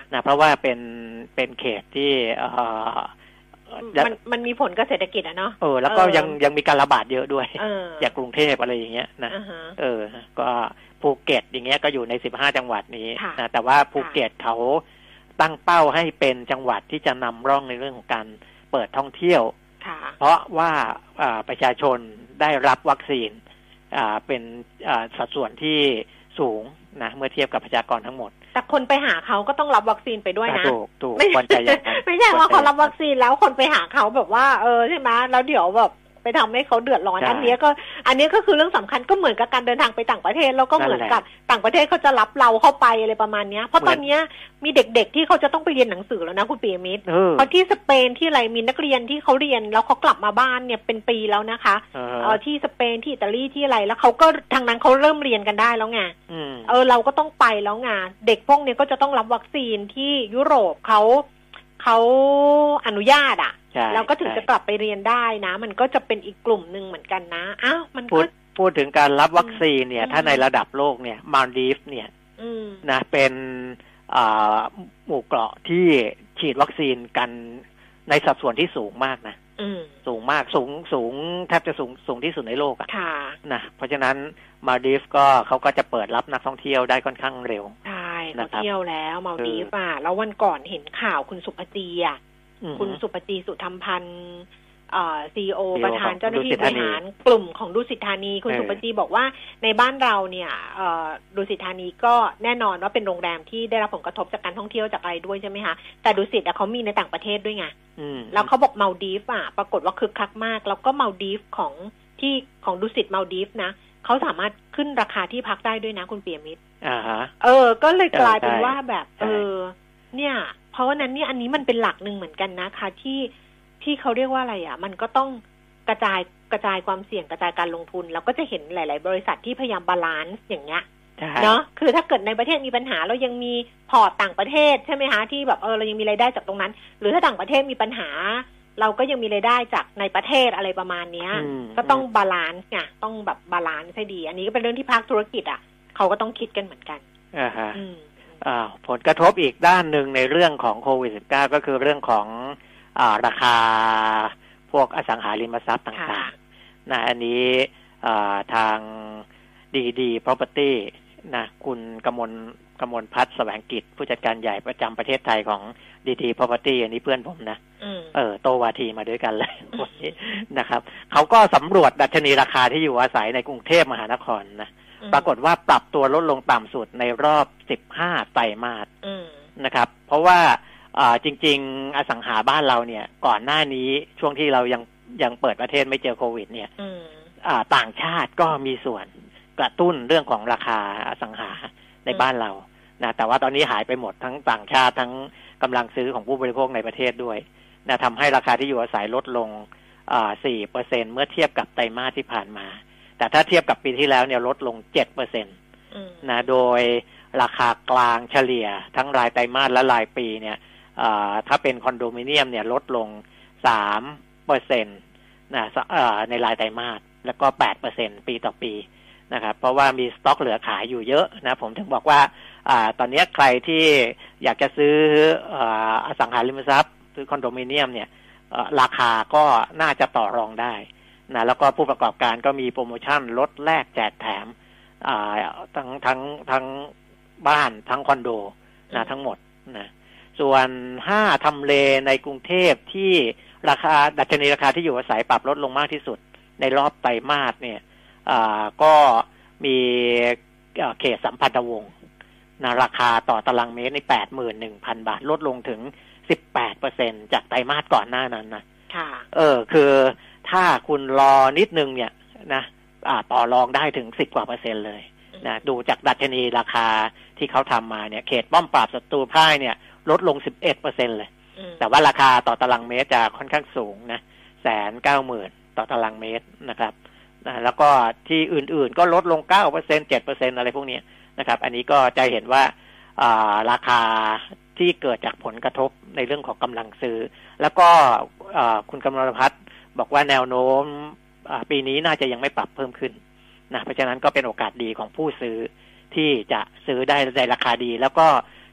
นะเพราะว่าเป็นเป็นเขตที่เอ่อมันมันมีผลกับเศรษฐกิจอะเนาะเออแล้วก็ยังยังมีการระบาดเยอะด้วยจากกรุงเทพอะไรอย่างเงี้ยนะ uh-huh. เออก็ภูเก็ตอย่างเงี้ยก็อยู่ในสิบห้าจังหวัดนี้นะแต่ว่าภูเก็ตเขาตั้งเป้าให้เป็นจังหวัดที่จะนำร่องในเรื่องของการเปิดท่องเที่ยวเพราะว่าประชาชนได้รับวัคซีนเป็นสัดส่วนที่สูงนะเมื่อเทียบกับประชากรทั้งหมดแต่คนไปหาเขาก็ต้องรับวัคซีนไปด้วยนะถูกถูกควรจะอย่างนั้นไม่ใช่ว่าเขารับวัคซีนแล้วคนไปหาเขาแบบว่าเออใช่ไหมแล้วเดี๋ยวแบบไปทำให้เขาเดือดร้อนอันนี้ก็อันนี้ก็คือเรื่องสำคัญก็เหมือนกับการเดินทางไปต่างประเทศแล้วก็เหมือนกับต่างประเทศเขาจะรับเราเข้าไปอะไรประมาณนี้เพราะตอนนี้มีเด็กๆที่เขาจะต้องไปเรียนหนังสือแล้วนะคุณปีมิตรเพราะที่สเปนที่อะไรมีนักเรียนที่เขาเรียนแล้วเขากลับมาบ้านเนี่ยเป็นปีแล้วนะคะเออที่สเปนที่อิตาลีที่อะไรแล้วเขาก็ทางนั้นเขาเริ่มเรียนกันได้แล้วไงเออเราก็ต้องไปแล้วไงเด็กพวกนี้ก็จะต้องรับวัคซีนที่ยุโรปเขาเขาอนุญาตอ่ะแล้วก็ถึงจะกลับไปเรียนได้นะมันก็จะเป็นอีกกลุ่มหนึ่งเหมือนกันนะอ้าวมันพูดพูดถึงการรับวัคซีนเนี่ยถ้าในระดับโลกเนี่ยมาลดีฟเนี่ยนะเป็นหมู่เกาะที่ฉีดวัคซีนกันในสัดส่วนที่สูงมากนะสูงมากสูงสูงแทบจะสูงสูงที่สุดในโลกอ่ะนะเพราะฉะนั้นมาลดีฟก็เขาก็จะเปิดรับนักท่องเที่ยวได้ค่อนข้างเร็วใช่เขาเที่ยวแล้วมาลดีฟอ่ะแล้ววันก่อนเห็นข่าวคุณสุภจีอ่ะคุณสุปจีสุธรรมพันธ์ซีอีโอประธานเจ้าหน้าที่บริหารกลุ่มของดุสิตธานีคุณสุปจีบอกว่าในบ้านเราเนี่ยดุสิตธานีก็แน่นอนว่าเป็นโรงแรมที่ได้รับผลกระทบจากการท่องเที่ยวจากอะไรด้วยใช่ไหมคะแต่ดุสิตเขามีในต่างประเทศด้วยไงแล้วเขาบอกมาลดีฟอ่ะปรากฏว่าคึกคักมากแล้วก็มาลดีฟของที่ของดุสิตมาลดีฟนะเขาสามารถขึ้นราคาที่พักได้ด้วยนะคุณเปียมิตรอ่าฮะเออก็เลยกลายเป็นว่าแบบเออเนี่ยเพราะว่านั้นเนี่ยอันนี้มันเป็นหลักหนึ่งเหมือนกันนะคะที่ที่เขาเรียกว่าอะไรอ่ะมันก็ต้องกระจายกระจายความเสี่ยงกระจายการลงทุนแล้วก็จะเห็นหลายๆบริษัทที่พยายามบาลานซ์อย่างเงี้ยเนาะคือถ้าเกิดในประเทศมีปัญหาเรายังมีพอร์ตต่างประเทศใช่ไหมคะที่แบบเออเรายังมีรายได้จากตรงนั้นหรือถ้าต่างประเทศมีปัญหาเราก็ยังมีรายได้จากในประเทศอะไรประมาณเนี้ยก็ต้องบาลานซ์ไงต้องแบบบาลานซ์ให้ดีอันนี้ก็เป็นเรื่องที่ภาคธุรกิจอ่ะเขาก็ต้องคิดกันเหมือนกันอ่าฮะผลกระทบอีกด้านหนึ่งในเรื่องของโควิด สิบเก้า ก็คือเรื่องของอ่าราคาพวกอสังหาริมทรัพย์ต่างๆนะอันนี้ทาง ดี ดี Property นะคุณกมลกมลพัฒน์แสวงกิจผู้จัดการใหญ่ประจำประเทศไทยของ ดี ดี Property อันนี้เพื่อนผมนะเออโตวาทีมาด้วยกันเลยวันนี้นะครับเขาก็สำรวจดัชนีราคาที่อยู่อาศัยในกรุงเทพมหานครนะปรากฏว่าปรับตัวลดลงต่ำสุดในรอบสิบห้าไตรมาสนะครับเพราะว่าจริงๆอสังหาบ้านเราเนี่ยก่อนหน้านี้ช่วงที่เรายังยังเปิดประเทศไม่เจอโควิดเนี่ยต่างชาติก็มีส่วนกระตุ้นเรื่องของราคาอสังหาในบ้านเรานะแต่ว่าตอนนี้หายไปหมดทั้งต่างชาติทั้งกำลังซื้อของผู้บริโภคในประเทศด้วยนะทำให้ราคาที่อยู่อาศัยลดลง สี่เปอร์เซ็นต์ เมื่อเทียบกับไตรมาสที่ผ่านมาแต่ถ้าเทียบกับปีที่แล้วเนี่ยลดลง เจ็ดเปอร์เซ็นต์ นะโดยราคากลางเฉลี่ยทั้งรายไตรมาสและรายปีเนี่ยถ้าเป็นคอนโดมิเนียมเนี่ยลดลง สามเปอร์เซ็นต์ นะในรายไตรมาสแล้วก็ แปดเปอร์เซ็นต์ ปีต่อปีนะครับเพราะว่ามีสต็อกเหลือขายอยู่เยอะนะผมถึงบอกว่าอ่าตอนนี้ใครที่อยากจะซื้ออสังหาริมทรัพย์ซื้อคอนโดมิเนียมเนี่ยราคาก็น่าจะต่อรองได้นะแล้วก็ผู้ประกอบการก็มีโปรโมชั่นลดแลกแจกแถมอ่าทั้งทั้งทั้งบ้านทั้งคอนโดนะทั้งหมดนะส่วนห้าทำเลในกรุงเทพที่ราคาดัชนีราคาที่อยู่อาศัยปรับลดลงมากที่สุดในรอบไตรมาสเนี่ยอ่าก็มีเขตสัมพันธวงศ์นะราคาต่อตารางเมตรใน แปดหมื่นหนึ่งพัน บาทลดลงถึง สิบแปดเปอร์เซ็นต์ จากไตรมาสก่อนหน้านั้นนะค่ะเออคือถ้าคุณรอนิดนึงเนี่ยนะอ่าต่อรองได้ถึงสิบกว่าเปอร์เซ็นต์เลยนะดูจากดัชนีราคาที่เขาทำมาเนี่ยเขตป้อมปราบศัตรูพ่ายเนี่ยลดลง สิบเอ็ดเปอร์เซ็นต์ เลยแต่ว่าราคาต่อตารางเมตรจะค่อนข้างสูงนะ หนึ่งแสนเก้าหมื่น ต่อตารางเมตรนะครับนะแล้วก็ที่อื่นๆก็ลดลง เก้าเปอร์เซ็นต์ เจ็ดเปอร์เซ็นต์ อะไรพวกนี้นะครับอันนี้ก็จะเห็นว่าอ่าราคาที่เกิดจากผลกระทบในเรื่องของกำลังซื้อแล้วก็คุณกำมลพัฒน์บอกว่าแนวโน้มปีนี้น่าจะยังไม่ปรับเพิ่มขึ้นนะเพราะฉะนั้นก็เป็นโอกาสดีของผู้ซื้อที่จะซื้อได้ในราคาดีแล้วก็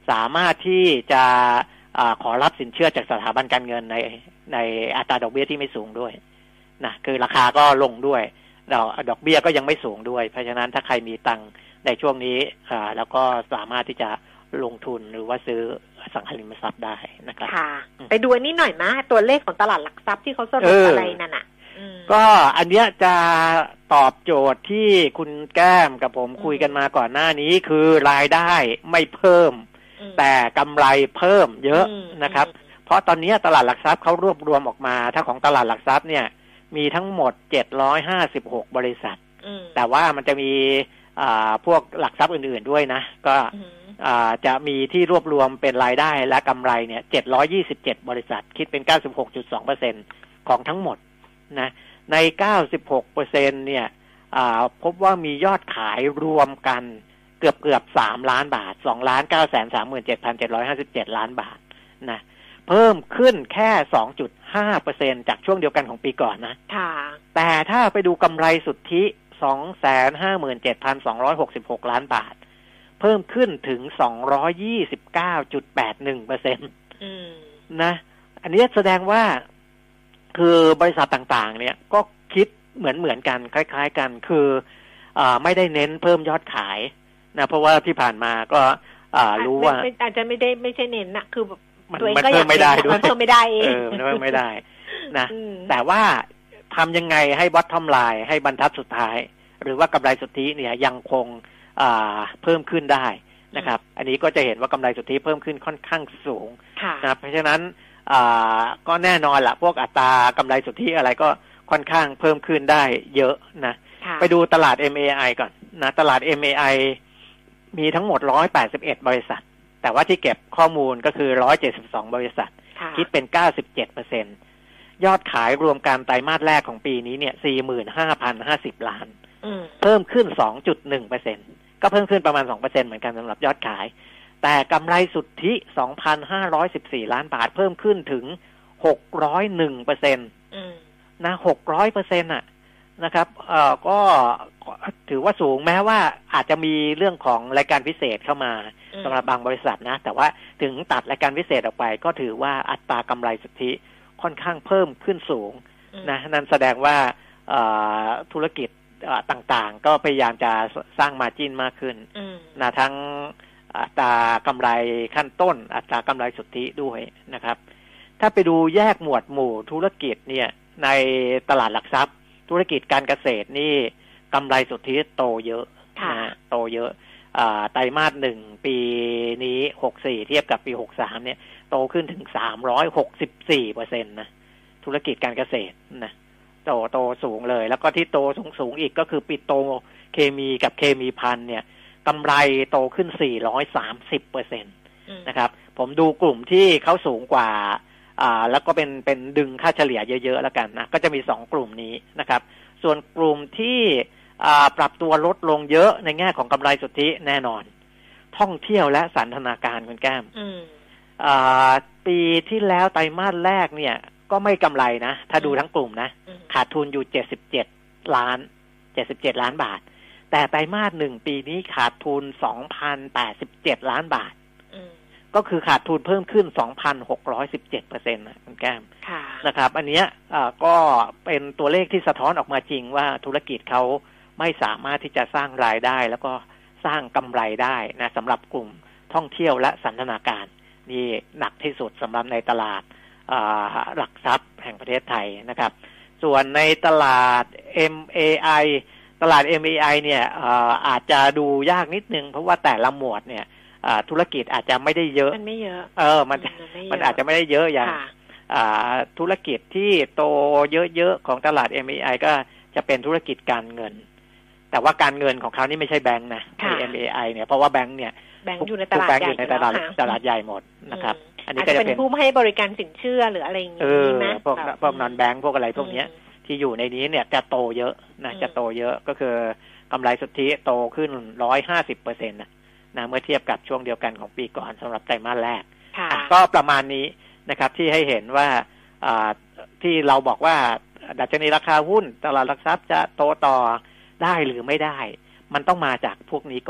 สามารถที่จะอ่าขอรับสินเชื่อจากสถาบันการเงินในในอัตราดอกเบี้ยที่ไม่สูงด้วยนะคือราคาก็ลงด้วยดอกดอกเบี้ยก็ยังไม่สูงด้วยเพราะฉะนั้นถ้าใครมีตังค์ในช่วงนี้อ่าแล้วก็สามารถที่จะลงทุนหรือว่าซื้อสังหาริมทรัพย์ได้นะครับค่ะไปดูอันนี้หน่อยมะตัวเลขของตลาดหลักทรัพย์ที่เขาสรุปอะไรนั่นน่ะก็อันเนี้ยจะตอบโจทย์ที่คุณแก้มกับผมคุยกันมาก่อนหน้านี้คือรายได้ไม่เพิ่มแต่กำไรเพิ่มเยอะนะครับเพราะตอนนี้ตลาดหลักทรัพย์เขารวบรวมออกมาถ้าของตลาดหลักทรัพย์เนี่ยมีทั้งหมดเจ็ดร้อยห้าสิบหกบริษัทแต่ว่ามันจะมีอ่าพวกหลักทรัพย์อื่นๆด้วยนะก็อ่าจะมีที่รวบรวมเป็นรายได้และกำไรเนี่ยเจ็ดร้อยยี่สิบเจ็ดบริษัทคิดเป็น เก้าสิบหกจุดสองเปอร์เซ็นต์ ของทั้งหมดนะใน เก้าสิบหกเปอร์เซ็นต์ เนี่ยอ่าพบว่ามียอดขายรวมกันเกือบเกือบสามล้านบาท สองล้านเก้าแสนสามหมื่นเจ็ดพันเจ็ดร้อยห้าสิบเจ็ดล้านบาทนะเพิ่มขึ้นแค่ สองจุดห้าเปอร์เซ็นต์ จากช่วงเดียวกันของปีก่อนนะค่ะแต่ถ้าไปดูกำไรสุทธิ สองแสนห้าหมื่นเจ็ดพันสองร้อยหกสิบหก ล้านบาทเพิ่มขึ้นถึง สองร้อยยี่สิบเก้าจุดแปดหนึ่งเปอร์เซ็นต์ อืมนะอันนี้แสดงว่าคือบริษัทต่างๆเนี่ยก็คิดเหมือนเหมือนกันคล้ายๆกันคืออ่าไม่ได้เน้นเพิ่มยอดขายนะเพราะว่าที่ผ่านมาก็อ่ารู้ว่าอาจจะไม่ได้ไม่ใช่เน้นนะคือมันเพิ่มไม่ได้ด้วยมันเพิ่มไม่ได้เองเออมันเพิ่มไม่ได้นะแต่ว่าทำยังไงให้บอททอมไลน์ให้บรรทัดสุดท้ายหรือว่ากำไรสุทธิเนี่ยยังคงอ่าเพิ่มขึ้นได้นะครับอันนี้ก็จะเห็นว่ากำไรสุทธิเพิ่มขึ้นค่อนข้างสูงนะเพราะฉะนั้นอ่าก็แน่นอนละพวกอัตรากำไรสุทธิอะไรก็ค่อนข้างเพิ่มขึ้นได้เยอะนะไปดูตลาด เอ็ม เอ ไอ ก่อนนะตลาด เอ็ม เอ ไอ มีทั้งหมดหนึ่งร้อยแปดสิบเอ็ดบริษัทแต่ว่าที่เก็บข้อมูลก็คือหนึ่งร้อยเจ็ดสิบสองบริษัทคิดเป็น เก้าสิบเจ็ดเปอร์เซ็นต์ ยอดขายรวมการไตรมาสแรกของปีนี้เนี่ย สี่หมื่นห้าพันห้าสิบ ล้านเพิ่มขึ้น สองจุดหนึ่งเปอร์เซ็นต์ ก็เพิ่มขึ้นประมาณ สองเปอร์เซ็นต์ เหมือนกันสำหรับยอดขายแต่กำไรสุทธิ สองพันห้าร้อยสิบสี่ ล้านบาทเพิ่มขึ้นถึง หกร้อยเอ็ดเปอร์เซ็นต์ นะ หกร้อยเปอร์เซ็นต์ น่ะนะครับเอ่อก็ถือว่าสูงแม้ว่าอาจจะมีเรื่องของรายการพิเศษเข้ามาสำหรับบางบริษัทนะแต่ว่าถึงตัดรายการพิเศษออกไปก็ถือว่าอัตรากำไรสุทธิค่อนข้างเพิ่มขึ้นสูงนะนั่นแสดงว่าธุรกิจต่างๆก็พยายามจะสร้างมาร์จิ้นมากขึ้นนะทั้งอัตรากำไรขั้นต้นอัตรากำไรสุทธิด้วยนะครับถ้าไปดูแยกหมวดหมู่ธุรกิจเนี่ยในตลาดหลักทรัพย์ธุรกิจการเกษตรนี่กำไรสุทธิโตเยอะนะโตเยอะไตรมาสหนึ่งปีนี้หกสิบสี่เทียบกับปีหกสิบสามเนี่ยโตขึ้นถึงสามร้อยหกสิบสี่เปอร์เซ็นต์นะธุรกิจการเกษตรนะโตโตสูงเลยแล้วก็ที่โตสูงสูงอีกก็คือปิโตรเคมีกับเคมีภัณฑ์เนี่ยกำไรโตขึ้นสี่ร้อยสามสิบเปอร์เซ็นต์นะครับผมดูกลุ่มที่เขาสูงกว่าอ่าแล้วก็เป็นเป็นดึงค่าเฉลี่ยเยอะๆแล้วกันนะก็จะมีสองกลุ่มนี้นะครับส่วนกลุ่มที่อ่าปรับตัวลดลงเยอะในแง่ของกำไรสุทธิแน่นอนท่องเที่ยวและสันทนาการคุณแก้มอ่าปีที่แล้วไตรมาสแรกเนี่ยก็ไม่กำไรนะถ้าดูทั้งกลุ่มนะขาดทุนอยู่เจ็ดสิบเจ็ดล้านเจ็ดสิบเจ็ดล้านบาทแต่ไตรมาสหนึ่งปีนี้ขาดทุน สองพันแปดสิบเจ็ด ล้านบาทก็คือขาดทุนเพิ่มขึ้น สองพันหกร้อยสิบเจ็ดเปอร์เซ็นต์ นะคุณแก้มนะครับอันเนี้ยก็เป็นตัวเลขที่สะท้อนออกมาจริงว่าธุรกิจเขาไม่สามารถที่จะสร้างรายได้แล้วก็สร้างกำไรได้นะสำหรับกลุ่มท่องเที่ยวและสันทนาการนี่หนักที่สุดสำหรับในตลาดหลักทรัพย์แห่งประเทศไทยนะครับส่วนในตลาด เอ็ม เอ ไอ ตลาด เอ็ม เอ ไอ เนี่ยอาจจะดูยากนิดนึงเพราะว่าแต่ละหมวดเนี่ยธุรกิจอาจจะไม่ได้เยอะมันไม่เยอะเออมันมันอาจจะไม่ได้เยอะอย่างธุรกิจที่โตเยอะๆของตลาด เอ็ม เอ ไอ ก็จะเป็นธุรกิจการเงินแต่ว่าการเงินของเขานี่ไม่ใช่แบงค์นะใน เอ็ม เอ ไอ เนี่ยเพราะว่าแบงค์เนี่ยแบงค์อยู่ในตลาดใหญ่ในตลาดตลาดใหญ่หมดนะครับอันนี้ก็จะเป็นผู้ให้บริการสินเชื่อหรืออะไรอย่างนี้ไหมพวกพวกนอนแบงค์พวกอะไรพวกนี้ที่อยู่ในนี้เนี่ยจะโตเยอะนะจะโตเยอะก็คือกำไรสุทธิโตขึ้น หนึ่งร้อยห้าสิบเปอร์เซ็นต์ นะนะเมื่อเทียบกับช่วงเดียวกันของปีก่อนสำหรับไตรมาสแรกก็ประมาณนี้นะครับที่ให้เห็นว่าที่เราบอกว่าดัชนีราคาหุ้นตลาดหลักทรัพย์จะโตต่อได้หรือไม่ได้มันต้องมาจากพวกนี้ก่อน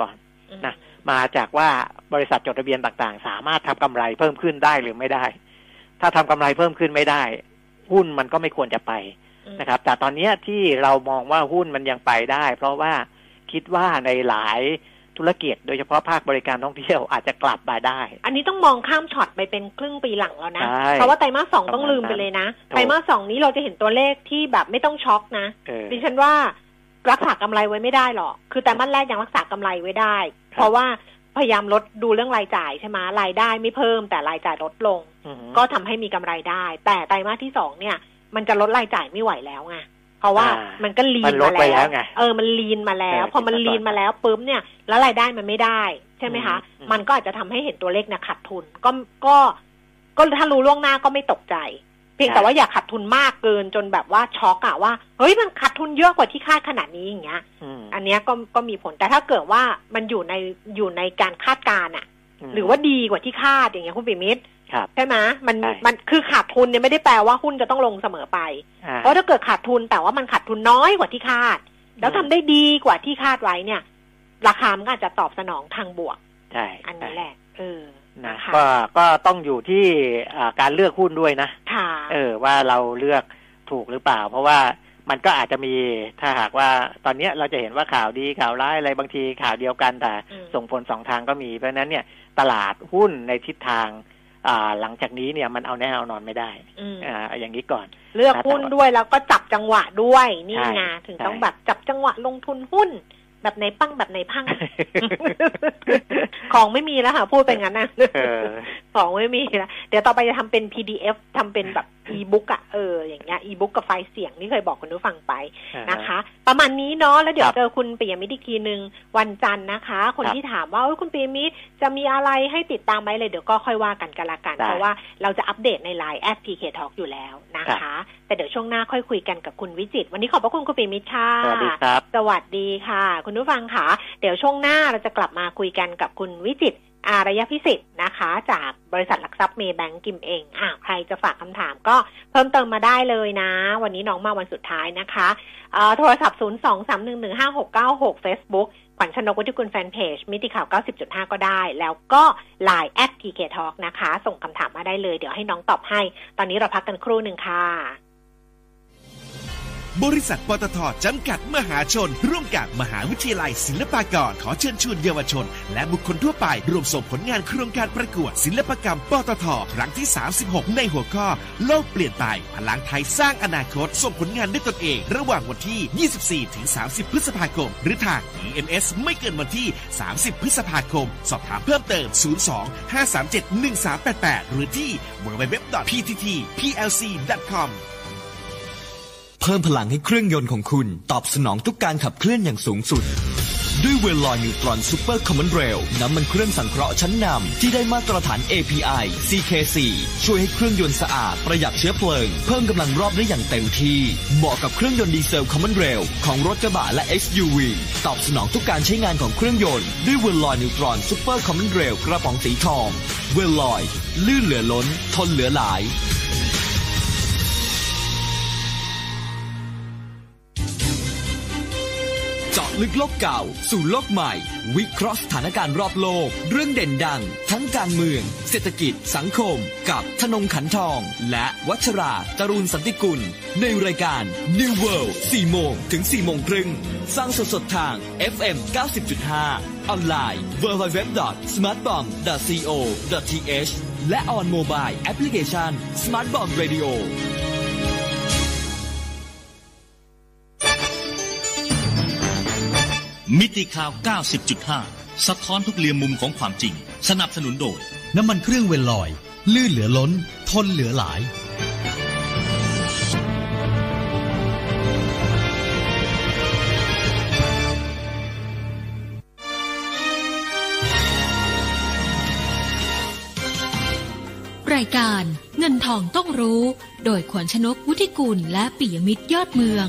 นะมาจากว่าบริษัทจดทะเบียนต่างๆสามารถทำกำไรเพิ่มขึ้นได้หรือไม่ได้ถ้าทำกำไรเพิ่มขึ้นไม่ได้หุ้นมันก็ไม่ควรจะไปนะครับแต่ตอนนี้ที่เรามองว่าหุ้นมันยังไปได้เพราะว่าคิดว่าในหลายธุรกิจโดยเฉพาะภาคบริการท่องเที่ยวอาจจะกลับมาได้อันนี้ต้องมองข้ามช็อตไปเป็นครึ่งปีหลังแล้วนะเพราะว่าไตรมาสสองต้องลืมไปเลยนะไตรมาสสองนี้เราจะเห็นตัวเลขที่แบบไม่ต้องช็อกนะดิฉันว่ารักษากำไรไว้ไม่ได้หรอกคือไตรมาสแรกยังรักษากำไรไว้ได้เพราะว่าพยายามลดดูเรื่องรายจ่ายใช่ไหมรายได้ไม่เพิ่มแต่รายจ่ายลดลงก็ทำให้มีกำไรได้แต่ไตรมาสที่สองเนี่ยมันจะลดรายจ่ายไม่ไหวแล้วไงเพราะว่ามันก็ลีนมาแล้วเออมันลีนมาแล้วพอมันลีนมาแล้วปุ๊บเนี่ยแล้วรายได้มันไม่ได้ใช่ไหมคะมันก็อาจจะทำให้เห็นตัวเลขเนี่ยขาดทุนก็ก็ก็ถ้ารู้ล่วงหน้าก็ไม่ตกใจเพียงแต่ว่าอย่าขาดทุนมากเกินจนแบบว่าช็อกอะว่าเฮ้ยมันขาดทุนเยอะกว่าที่คาดขนาดนี้อย่างเงี้ยอันเนี้ยก็ก็มีผลแต่ถ้าเกิดว่ามันอยู่ในอยู่ในการคาดการณ์อะหรือว่าดีกว่าที่คาดอย่างเงี้ยคุณปิมิตรใช่ไหมมันมันคือขาดทุนเนี่ยไม่ได้แปลว่าหุ้นจะต้องลงเสมอไปเพราะถ้าเกิดขาดทุนแต่ว่ามันขาดทุนน้อยกว่าที่คาดแล้วทำได้ดีกว่าที่คาดไว้เนี่ยราคามันก็อาจจะตอบสนองทางบวกใช่อันนี้แหละเออนะก็ก็ต้องอยู่ที่การเลือกหุ้นด้วยนะเออว่าเราเลือกถูกหรือเปล่าเพราะว่ามันก็อาจจะมีถ้าหากว่าตอนนี้เราจะเห็นว่าข่าวดีข่าวร้ายอะไรบางทีข่าวเดียวกันแต่ส่งผลสองทางก็มีเพราะนั้นเนี่ยตลาดหุ้นในทิศทางหลังจากนี้เนี่ยมันเอาแน่เอานอนไม่ได้อ่าอย่างนี้ก่อนเลือกหุ้นด้วยแล้วก็จับจังหวะด้วยนี่ไงถึงต้องแบบจับจังหวะลงทุนหุ้นแบบไหนปั้งแบบไหนพัง ของไม่มีแล้วค่ะพูดไปงั้นนะของไม่มีแล้วเดี๋ยวต่อไปจะทำเป็น พี ดี เอฟ ทำเป็นแบบอีบุ๊กอ่ะเอออย่างเงี้ยอีบุ๊กกับไฟล์เสียงนี่เคยบอกคุณผู้ฟังไปนะคะประมาณนี้เนาะแล้วเดี๋ยวเจอคุณปิยมิตรอีกทีนึงวันจันทร์นะคะคนที่ถามว่าคุณปิยมิตรจะมีอะไรให้ติดตามไหมเลยเดี๋ยวก็ค่อยว่ากันกันละกันเพราะว่าเราจะอัปเดตใน ไลน์ แอท พี เค Talk อยู่แล้วนะคะแต่เดี๋ยวช่วงหน้าค่อยคุยกันกับคุณวิจิตรวันนี้ขอบพระคุณคุณปิยมิตรค่ะสวัสดีครับสวัสดีค่ะคุณผู้ฟังค่ะเดี๋ยวช่วงหน้าเราจะกลับมาคุยกันกับคุณวิจิตรอารยพิสิทธิ์นะคะจากบริษัทหลักทรัพย์เมย์แบงก์กิมเองอ่ะใครจะฝากคำถามก็เพิ่มเติมมาได้เลยนะวันนี้น้องมาวันสุดท้ายนะคะเอ่อโทรศัพท์ศูนย์ สอง สาม หนึ่ง หนึ่ง ห้า หก เก้า หก Facebook ขวัญชนกวุฒิกุลแฟนเพจมิติข่าว เก้าสิบจุดห้า ก็ได้แล้วก็ ไลน์ แอท พี เค Talk นะคะส่งคำถามมาได้เลยเดี๋ยวให้น้องตอบให้ตอนนี้เราพักกันครู่นึงค่ะบริษัทปตท.จำกัดมหาชนร่วมกับมหาวิทยาลัยศิลปากรขอเชิญชวนเยาวชนและบุคคลทั่วไปร่วมส่งผลงานโครงการประกวดศิลปกรรมปตท.ครั้งที่สามสิบหกในหัวข้อโลกเปลี่ยนไปพลังไทยสร้างอนาคตส่งผลงานด้วยตนเองระหว่างวันที่ ยี่สิบสี่ถึงสามสิบ พฤษภาคมหรือทาง อี เอ็ม เอส ไม่เกินวันที่ สามสิบ พฤษภาคมสอบถามเพิ่มเติม ศูนย์ สอง ห้า สาม เจ็ด หนึ่ง สาม แปด แปด หรือที่ ดับเบิลยู ดับเบิลยู ดับเบิลยู ดอท พี ที ที พี แอล ซี ดอท คอมเพิ่มพลังให้เครื่องยนต์ของคุณตอบสนองทุกการขับเคลื่อนอย่างสูงสุดด้วยเวลลอยนิวตรอนซูเปอร์คอมมอนเรลน้ำมันเครื่องสังเคราะห์ชั้นนำที่ได้มาตรฐาน เอ พี ไอ ซี เค โฟร์ ช่วยให้เครื่องยนต์สะอาดประหยัดเชื้อเพลิงเพิ่มกำลังรอบได้อย่างเต็มที่เหมาะกับเครื่องยนต์ดีเซลคอมมอนเรลของรถกระบะและ เอ็กซ์ ยู วี ตอบสนองทุกการใช้งานของเครื่องยนต์ด้วยเวลลอยนิวตรอนซูเปอร์คอมมอนเรลกระป๋องสีทองเวลลอยลื่นเหลือล้นทนเหลือหลายเจาะลึกโลกเก่าสู่โลกใหม่วิเคราะห์สถานการณ์รอบโลกเรื่องเด่นดังทั้งการเมืองเศรษฐกิจสังคมกับธนงขันทองและวัชราจรูนสันติกุลในรายการ New World สี่โมงถึงสี่โมงครึ่งสร้างสดๆทาง เอฟ เอ็ม เก้าสิบจุดห้า ออนไลน์ ดับเบิลยู ดับเบิลยู ดับเบิลยู ดอท สมาร์ทบอม ดอท ซี โอ ดอท ที เอช และ on mobile application Smart Bomb Radio มิติข่าว เก้าสิบจุดห้า สะท้อนทุกเหลี่ยมมุมของความจริงสนับสนุนโดยน้ำมันเครื่องเวลลอยลื่นเหลือล้นทนเหลือหลายรายการเงินทองต้องรู้โดยขวัญชนกวุฒิกุลและปิยมิตรยอดเมือง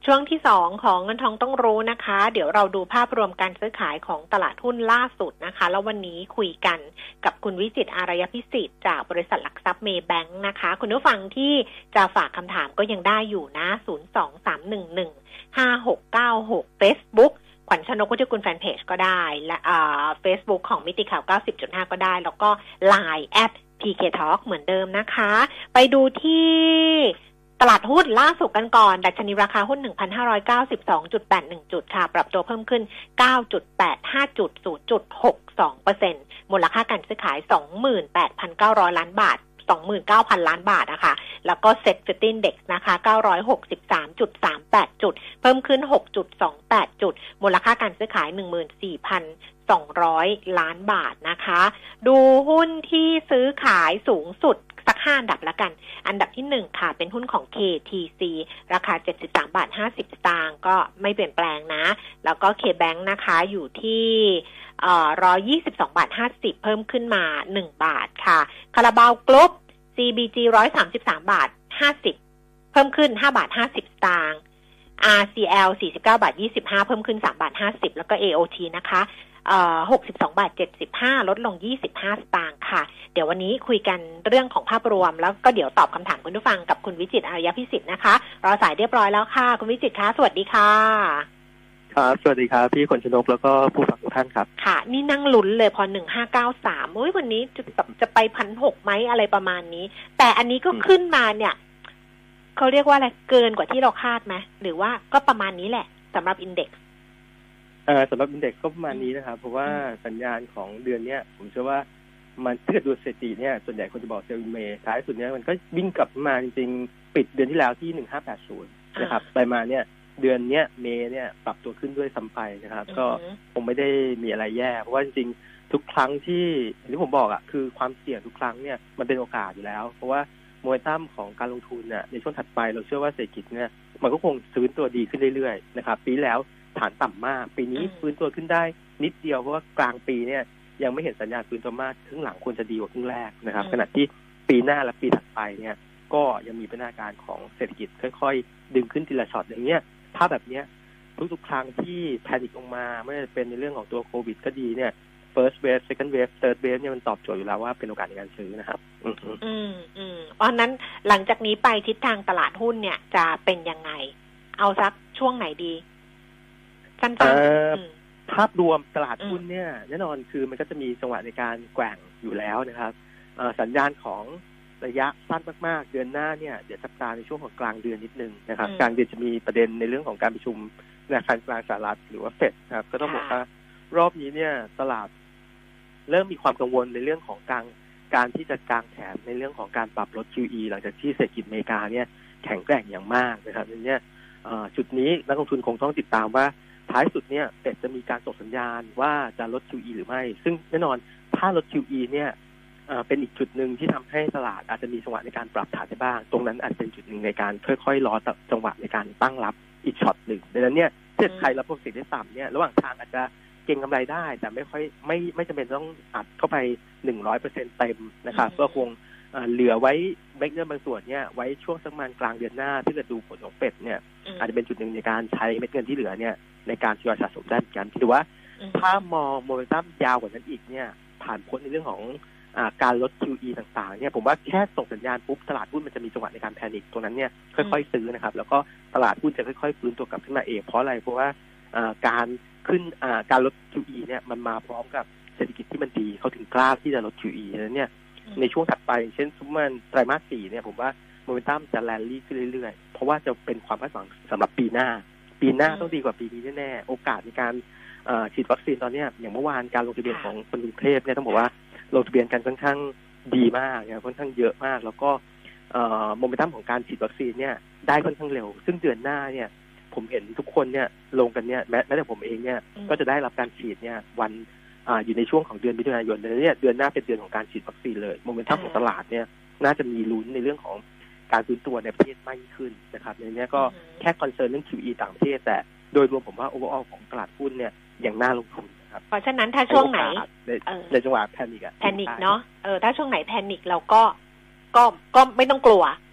ช่วงที่สองของเงินทองต้องรู้นะคะเดี๋ยวเราดูภาพรวมการซื้อขายของตลาดหุ้นล่าสุดนะคะแล้ววันนี้คุยกันกับคุณวิจิตรอารยพิสิทธิ์จากบริษัทหลักทรัพย์เมย์แบงค์นะคะคุณผู้ฟังที่จะฝากคำถามก็ยังได้อยู่นะศูนย์ สอง สาม หนึ่ง หนึ่ง ห้า หก เก้า หก Facebook ขวัญชนกวุฒิกุลแฟนเพจก็ได้และอ่า Facebook ของมิติข่าว เก้าสิบจุดห้า ก็ได้แล้วก็ ไลน์ แอท พี เค Talk เหมือนเดิมนะคะไปดูที่ตลาดหุ้นล่าสุดกันก่อนดัชนีราคาหุ้น หนึ่งพันห้าร้อยเก้าสิบสองจุดแปดหนึ่ง จุดค่ะปรับตัวเพิ่มขึ้น เก้าจุดแปดห้า จุด ศูนย์จุดหกสองเปอร์เซ็นต์ มูลค่าการซื้อขาย สองหมื่นแปดพันเก้าร้อย ล้านบาท สองหมื่นเก้าพัน ล้านบาทนะคะแล้วก็เซ็ตฟิฟตี้ Index นะคะ เก้าร้อยหกสิบสามจุดสามแปด จุดเพิ่มขึ้น หกจุดสองแปด จุดมูลค่าการซื้อขาย หนึ่งหมื่นสี่พันสองร้อย ล้านบาทนะคะดูหุ้นที่ซื้อขายสูงสุดสักห้าอันดับละกันอันดับที่หนึ่งค่ะเป็นหุ้นของ เค ที ซี ราคาเจ็ดสิบสามบาทห้าสิบสตางค์ก็ไม่เปลี่ยนแปลงนะแล้วก็ K-Bank นะคะอยู่ที่เอ่อหนึ่งร้อยยี่สิบสองบาทห้าสิบเพิ่มขึ้นมาหนึ่งบาทค่ะคาราบาวกรุ๊ป ซี บี จี หนึ่งร้อยสามสิบสามบาทห้าสิบเพิ่มขึ้นห้าบาทห้าสิบสตางค์ อาร์ ซี แอล สี่สิบเก้าบาทยี่สิบห้าเพิ่มขึ้นสามบาทห้าสิบแล้วก็ เอ โอ ที นะคะเอ่อหกสิบสองบาทเจ็ดสิบห้าลดลงยี่สิบห้าสตางค์ค่ะเดี๋ยววันนี้คุยกันเรื่องของภาพรวมแล้วก็เดี๋ยวตอบคำถามคุณผู้ฟังกับคุณวิจิตรอารยพิสิทธิ์นะคะรอสายเรียบร้อยแล้วค่ะคุณวิจิตรคะสวัสดีค่ะครับสวัสดีครับพี่ขวัญชนกแล้วก็ผู้ฟังทุกท่านครับค่ะนี่นั่งลุ้นเลยพอหนึ่งห้าเก้าสามโอ้ยวันนี้จะจะไปพันหกไหมอะไรประมาณนี้แต่อันนี้ก็ขึ้นมาเนี่ยเขาเรียกว่าอะไรเกินกว่าที่เราคาดไหมหรือว่าก็ประมาณนี้แหละสำหรับอินเด็กซ์เอ่อสำหรับอินเด็กซ์ก็ประมาณนี้นะครับเพราะว่าสัญญาณของเดือนเนี้ยผมเชื่อว่ามันถ้าเกิดดูสถิติเนี่ยส่วนใหญ่คนจะบอกเซลล์เมย์ท้ายสุดเนี้ยมันก็วิ่งกลับมาจริงๆปิดเดือนที่แล้วที่หนึ่งห้าแปดศูนย์นะครับไปมาเนี่ยเดือนเนี้ยเมย์เนี่ยปรับตัวขึ้นด้วยซ้ำไปนะครับก็คงไม่ได้มีอะไรแย่เพราะว่าจริงๆทุกครั้งที่อย่างที่ผมบอกอ่ะคือความเสี่ยงทุกครั้งเนี่ยมันเป็นโอกาสอยู่แล้วเพราะว่าโมเมนตัมของการลงทุนเนี่ยในช่วงถัดไปเราเชื่อว่าเศรษฐกิจเนี่ยมันก็คงฟื้นตัวดีขึ้นเรื่อยๆนะครับปีแล้วฐานต่ำมากปีนี้ฟื้นตัวขึ้นได้นิดเดียวเพราะว่ากลางปีเนี่ยยังไม่เห็นสัญญาณฟื้นตัวมากครึ่งหลังควรจะดีกว่าครึ่งแรกนะครับขณะที่ปีหน้าและปีถัดไปเนี่ยก็ยังมีพัฒนาการของเศรษฐกิจค่อยๆดึงขึ้นทีละช็อตอย่างเงี้ยถ้าแบบเนี้ยทุกๆครั้งที่แพนิคลงมาไม่ว่าจะเป็นในเรื่องของตัวโควิดก็ดีเนี่ย first wave second wave third wave เนี่ยมันตอบโจทย์อยู่แล้วว่าเป็นโอกาสในการซื้อนะครับอืมอืมอืมเพราะนั้นหลังจากนี้ไปทิศทางตลาดหุ้นเนี่ยจะเป็นยังไงเอาสักช่วงไหนดีสั้นๆภาพรวมตลาดหุ้นเนี่ยแน่นอนคือมันก็จะมีจังหวะในการแกว่งอยู่แล้วนะครับสัญญาณของระยะสั้นมากๆเดือนหน้าเนี่ยเดี๋ยวจับตาในช่วงของกลางเดือนนิดนึงนะครับกลางเดือนจะมีประเด็นในเรื่องของการประชุมธนาคารกลางสหรัฐหรือว่าเฟดนะครับก็ต้องบอกว่ารอบนี้เนี่ยตลาดเริ่มมีความกังวลในเรื่องของการการที่จะกางแขนในเรื่องของการปรับลด คิว อี หลังจากที่เศรษฐกิจอเมริกาเนี่ยแข็งแกร่งอย่างมากนะครับดังนั้นจุดนี้นักลงทุนคงต้องติดตามว่าท้ายสุดเนี่ยเฟดจะมีการส่งสัญญาณว่าจะลด คิว อี หรือไม่ซึ่งแน่นอนถ้าลด คิว อี เนี่ยเป็นอีกจุดหนึ่งที่ทำให้ตลาดอาจจะมีจังหวะในการปรับฐานได้บ้างตรงนั้นอาจเป็นจุดหนึ่งในการค่อยๆรอจังหวะในการตั้งรับอีกช็อตหนึ่งดังนั้นเนี่ยถ้าใครรับผลประโยชน์ได้ต่ำเนี่ยระหว่างทางอาจจะเก็งกำไรได้แต่ไม่ค่อยไม่ไม่จำเป็นต้องอัดเข้าไป หนึ่งร้อยเปอร์เซ็นต์ เต็มนะครับก็คงเหลือไว้เม็ดเงินบางส่วนเนี่ยไว้ช่วงสักประมาณกลางเดือนหน้าที่จะดูผลของเฟดเนี่ยอาจจะเป็นจุดหนึ่งในการใช้เม็ดเงินที่เหลือเนี่ยในการทยอยสะสมได้เหมือนกันถือว่าถ้ามองโมเมนตัมยาวกว่านั้นอีกเนี่ยผ่านพ้นในเรื่องของการลด คิว อี ต่างๆเนี่ยผมว่าแค่ส่งสัญญาณปุ๊บตลาดหุ้นมันจะมีจังหวะในการแพนิคตรงนั้นเนี่ยค่อยๆซื้อนะครับแล้วก็ตลาดหุ้นจะค่อยๆฟื้นตัวกลับขึ้นมาเองเพราะอะไรเพราะว่าการขึ้นการลด คิว อี เนี่ยมันมาพร้อมกับเศรษฐกิจที่มันดีเขาถึงกล้าที่จะลด คิว อี แล้วเนี่ยในช่วงถัดไปเช่นสมมติไตรมาสสี่เนี่ยผมว่าโมเมนตัมจะแรลลี่ขึ้นเรื่อยๆเพราะว่าจะเป็นความคาดหวังสำหรับปีหน้าปีหน้าต้องดีกว่าปีนี้แน่ๆโอกาสในการฉีดวัคซีนตอนนี้อย่างเมื่อวานการลงทะเบียนของคนกรุงเทพเนี่ยต้องบอกว่าลงทะเบียนกันค่อนข้างดีมากเนี่ยค่อนข้างเยอะมากแล้วก็โมเมนตัมของการฉีดวัคซีนเนี่ยได้ค่อนข้างเร็วซึ่งเดือนหน้าเนี่ยผมเห็นทุกคนเนี่ยลงกันเนี่ยแม้แม้แต่ผมเองเนี่ยก็จะได้รับการฉีดเนี่ยวันอ่าอยู่ในช่วงของเดือนมิถุนายนเนี่ยเดือนหน้าเป็นเดือนของการฉีดวัคซีนเลยโมเมนตัมของตลาดเนี่ยน่าจะมีลุ้นในเรื่องของการฟื้นตัวในประเทศมากขึ้นนะครับในนี้ก็แค่คอนเซิร์นเรื่อง คิว อี ต่างประเทศแต่โดยรวมผมว่าโอเวอร์ออลของตลาดหุ้นเนี่ยอย่างน่าลงทุนนะครับเพราะฉะนั้นถ้าช่วงไหนในจังหวะแพนิคอะแพนิคเนาะเออถ้าช่วงไหนแพนิคเราก็ก็ก็ไม่ต้องกลัว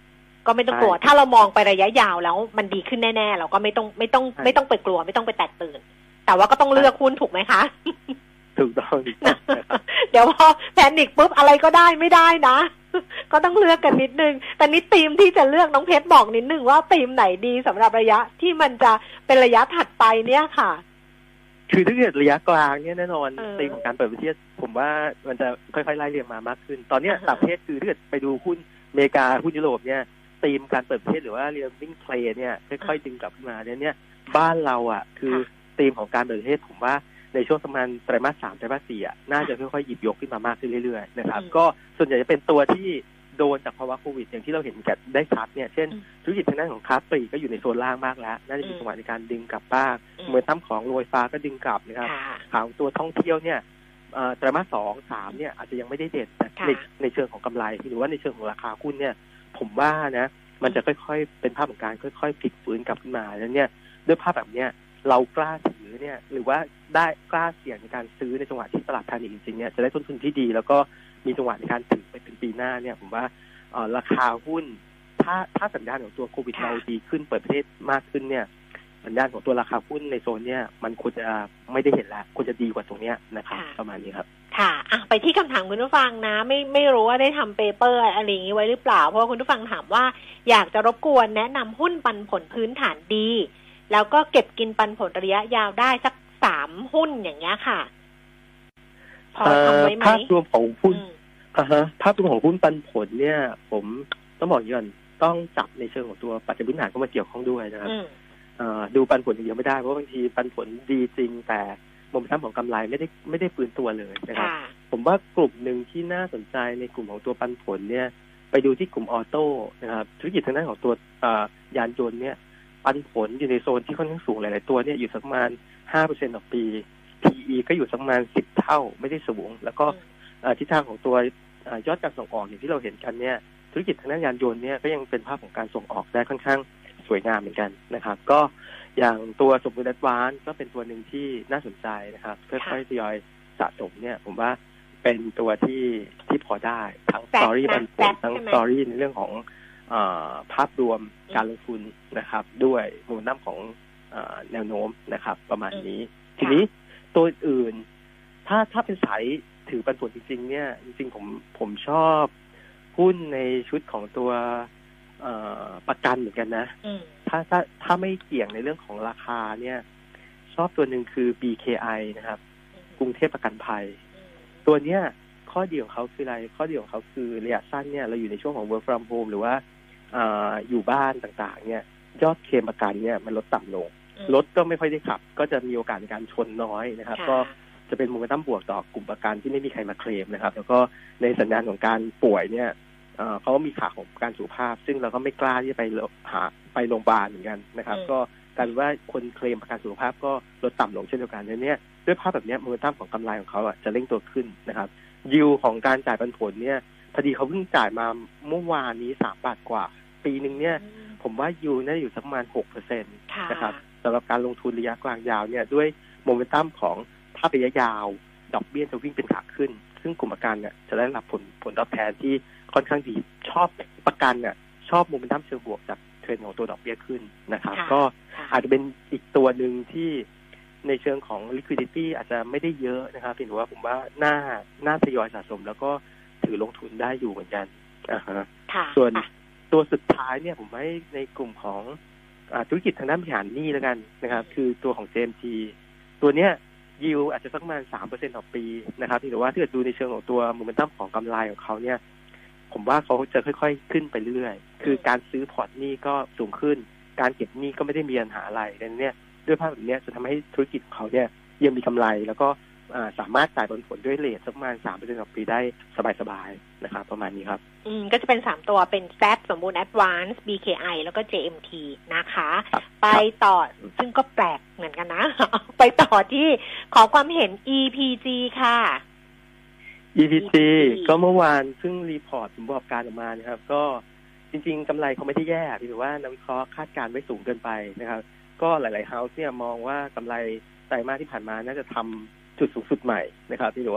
ก็ไม่ต้องกลัวถ้าเรามองไประยะยาวแล้วมันดีขึ้นแน่ๆเราก็ไม่ต้องไม่ต้องไม่ต้องไปกลัวไม่ต้องไปแตกตื่นแต่ว่าก็ต้องเลือกหุ้นถูกไหมคะถูกต้องเดี๋ยวพอแพนิคปุ๊บอะไรก็ได้ไม่ได้นะก็ต้องเลือกกันนิดนึงแต่นี่ธีมที่จะเลือกน้องเพชรบอกนิดนึงว่าธีมไหนดีสำหรับระยะที่มันจะเป็นระยะถัดไปเนี่ยค่ะคือถ้าเกิดระยะกลางเนี่ยแน่นอนธีมของการเปิดประเทศผมว่ามันจะค่อยๆไล่เรียงมามากขึ้นตอนนี้ต่างประเทศคือถ้าเกิดไปดูหุ้นอเมริกาหุ้นยุโรปเนี่ยธีมการเปิดประเทศหรือว่าเรียลลิ่งเพลย์เนี่ยค่อยๆดึงกลับขึ้นมาเนี่ยเนี่ยบ้านเราอ่ะคือธีมของการเปิดประเทศผมว่าในช่วงประมาณไตรมาสสามไตรมาสสี่อ่ะน่าจะค่อยๆหยิบยกขึ้นมามากขึ้นเรื่อยๆนะครับก็ส่วนใหญ่จะเป็นตัวที่โดนจากภาวะโควิดอย่างที่เราเห็นกันได้ชัดเนี่ยเช่นธุรกิจทางด้านของค้าปลีกก็อยู่ในโซนล่างมากแล้วน่าจะมีจังหวะในการดึงกลับบ้างเหมือนตั้มของโรยฟ้าก็ดึงกลับนะครับข่าวตัวท่องเที่ยวเนี่ยไตรมาสสองสามเนี่ยอาจจะยังไม่ได้เด่นแต่ในในเชิงของกำไรหรือว่าในเชิงของราคาหุ้นเนี่ยผมว่านะมันจะค่อยๆเป็นภาพของการค่อยๆพลิกฟื้นกลับขึ้นมาแล้วเนี่ยด้วยภาพแบบเนี้ยเรากล้าถือเนี่ยหรือว่าได้กล้าเสี่ยงในการซื้อในจังหวะที่ตลาดแพนิคจริงๆเนี่ยจะได้ต้นทุนที่ดีแล้วก็มีจังหวะในการถือไปเป็นปีหน้าเนี่ยผมว่าราคาหุ้นถ้าถ้าสัญญาณของตัวโควิดเราดีขึ้นเปิดประเทศมากขึ้นเนี่ยสัญญาณของตัวราคาหุ้นในโซนเนี่ยมันควรจะไม่ได้เห็นแล้วควรจะดีกว่าตรงเนี้ยนะครับประมาณนี้ครับค่ะอ่ะไปที่คำถามคุณผู้ฟังนะไม่ไม่รู้ว่าได้ทำเปเปอร์อะไรอย่างนี้ไว้หรือเปล่าเพราะว่าคุณผู้ฟังถามว่าอยากจะรบกวนแนะนำหุ้นปันผลพื้นฐานดีแล้วก็เก็บกินปันผลระยะยาวได้สักสามหุ้นอย่างเงี้ยค่ะพอทำไว้ไหมภาพรวมของหุ้นอ่าฮะภาพรวมของหุ้นปันผลเนี่ยผมต้องบอกก่อนต้องจับในเชิงของตัวปัจจัยพื้นฐานเข้ามาเกี่ยวข้องด้วยนะครับดูปันผลอย่างเดียวไม่ได้เพราะบางทีปันผลดีจริงแต่โมเมนตัมของกำไรไม่ได้ไม่ได้ฟื้นตัวเลยนะครับผมว่ากลุ่มหนึ่งที่น่าสนใจในกลุ่มของตัวปันผลเนี่ยไปดูที่กลุ่มออโต้นะครับธุรกิจทางด้านของตัวยานยนต์เนี่ยปันผลอยู่ในโซนที่ค่อนข้างสูงหลายๆตัวเนี่ยอยู่สักประมาณ ห้าเปอร์เซ็นต์ ต่อปี พี อี ก็อยู่สักประมาณสิบเท่าไม่ได้สูงแล้วก็ทิศทางของตัวยอดการส่งออกอย่างที่เราเห็นกันเนี่ยธุรกิจทางด้านยานยนต์เนี่ยก็ยังเป็นภาพของการส่งออกได้ค่อนข้างสวยงามเหมือนกันนะครับก็อย่างตัวสมบูรณ์แอดวานซ์ก็เป็นตัวหนึ่งที่น่าสนใจนะครับค่อยๆทยอยสะสมเนี่ยผมว่าเป็นตัวที่ที่พอได้ทั้งสตอรี่ปันผลทั้งสตอรี่ในเรื่องของภาพรวมการลงทุนนะครับด้วยโมเมนตัมของแนวโน้มนะครับประมาณนี้ทีนี้ตัวอื่นถ้าถ้าเป็นสายถือปันผลจริงๆเนี่ยจริงๆผมผมชอบหุ้นในชุดของตัวประกันเหมือนกันนะถ้าถ้าถ้าไม่เกี่ยงในเรื่องของราคาเนี่ยชอบตัวหนึ่งคือ บี เค ไอ นะครับกรุงเทพประกันภัยตัวเนี้ยข้อดีของเขาคืออะไรข้อดีของเขาคือระยะสั้นเนี่ยเราอยู่ในช่วงของ work from home หรือว่าอยู่บ้านต่างๆเนี่ยยอดเคลมประกันเนี่ยมันลดต่ำลงรถก็ไม่ค่อยได้ขับก็จะมีโอกาสในการชนน้อยนะครับก็จะเป็นโมเมนตัมบวกต่อกลุ่มประกันที่ไม่มีใครมาเคลมนะครับแล้วก็ในสัญญาณของการป่วยเนี่ยเขาก็มีขาของการสุขภาพซึ่งเราก็ไม่กล้าที่จะไปหาไปโรงพยาบาลเหมือนกันนะครับก็กลายเป็นว่าคนเคลมประกันสุขภาพก็ลดต่ำลงเช่นเดียวกันเนี่ยด้วยภาพแบบนี้โมเมนตัมของกำไรของเขาอ่ะจะเร่งตัวขึ้นนะครับยิวของการจ่ายปันผลเนี่ยพอดีเขาเพิ่งจ่ายมาเมื่อวานนี้สามบาทกว่าปีนึงเนี่ยผมว่ายิวน่าจะอยู่สักประมาณ หกเปอร์เซ็นต์ นะครับสำหรับการลงทุนระยะกลางยาวเนี่ยด้วยโมเมนตัมของภาพระยะยาวดอกเบี้ยจะวิ่งเป็นขาขึ้นซึ่งกลุ่มประกันเนี่ยจะได้รับผลผลตอบแทนที่ค่อนข้างดีชอบประกันเนี่ยชอบโมเมนตัมเชิงบวกจากเทรนด์ของตัวดอกเบี้ยขึ้นนะครับก็อาจจะเป็นอีกตัวหนึ่งที่ในเชิงของ liquidity อาจจะไม่ได้เยอะนะครับเพียงแต่ว่าผมว่าน่าน่าทยอยสะสมแล้วก็ถือลงทุนได้อยู่เหมือนกันอ่าฮะส่วนตัวสุดท้ายเนี่ยผมให้ในกลุ่มของธุรกิจทางด้านบริหารหนี้แล้วกันนะครับคือตัวของ เจ เอ็ม ที ตัวเนี้ยยิวอาจจะสักประมาณ สามเปอร์เซ็นต์ ต่อปีนะครับแต่ว่าถ้าเกิดดูในเชิงของตัวโมเมนตัมของกำไรของเขาเนี่ยผมว่าเขาจะค่อยๆขึ้นไปเรื่อยๆคือการซื้อพอร์ตหนี้ก็สูงขึ้นการเก็บหนี้ก็ไม่ได้มีปัญหาอะไรดังนั้นเนี่ยด้วยภาพแบบนี้จะทำให้ธุรกิจของเขาเนี่ยยังมีกำไรแล้วก็สามารถจ่ายผลผลด้วยเรทสักประมาณ สามเปอร์เซ็นต์ ต่อปีได้สบายๆนะครับประมาณนี้ครับอืมก็จะเป็นสามตัวเป็น แซป สมบูรณ์ Advance บี เค ไอ แล้วก็ เจ เอ็ม ที นะคะไปต่อซึ่งก็แปลกเหมือนกันนะ ไปต่อที่ขอความเห็น อี พี จี ค่ะอี พี จี ก็เมื่อวานซึ่งรีพอร์ตผลประกอบการออกมานะครับก็จริงๆกำไรเขาไม่ได้แย่หรือว่านักวิเคราะห์คาดการณ์ไว้สูงเกินไปนะครับก็หลายๆเฮาส์เนี่ยมองว่ากำไรไตรมาสที่ผ่านมาน่าจะทำจุดสูงสุดใหม่นะครับหรือว่า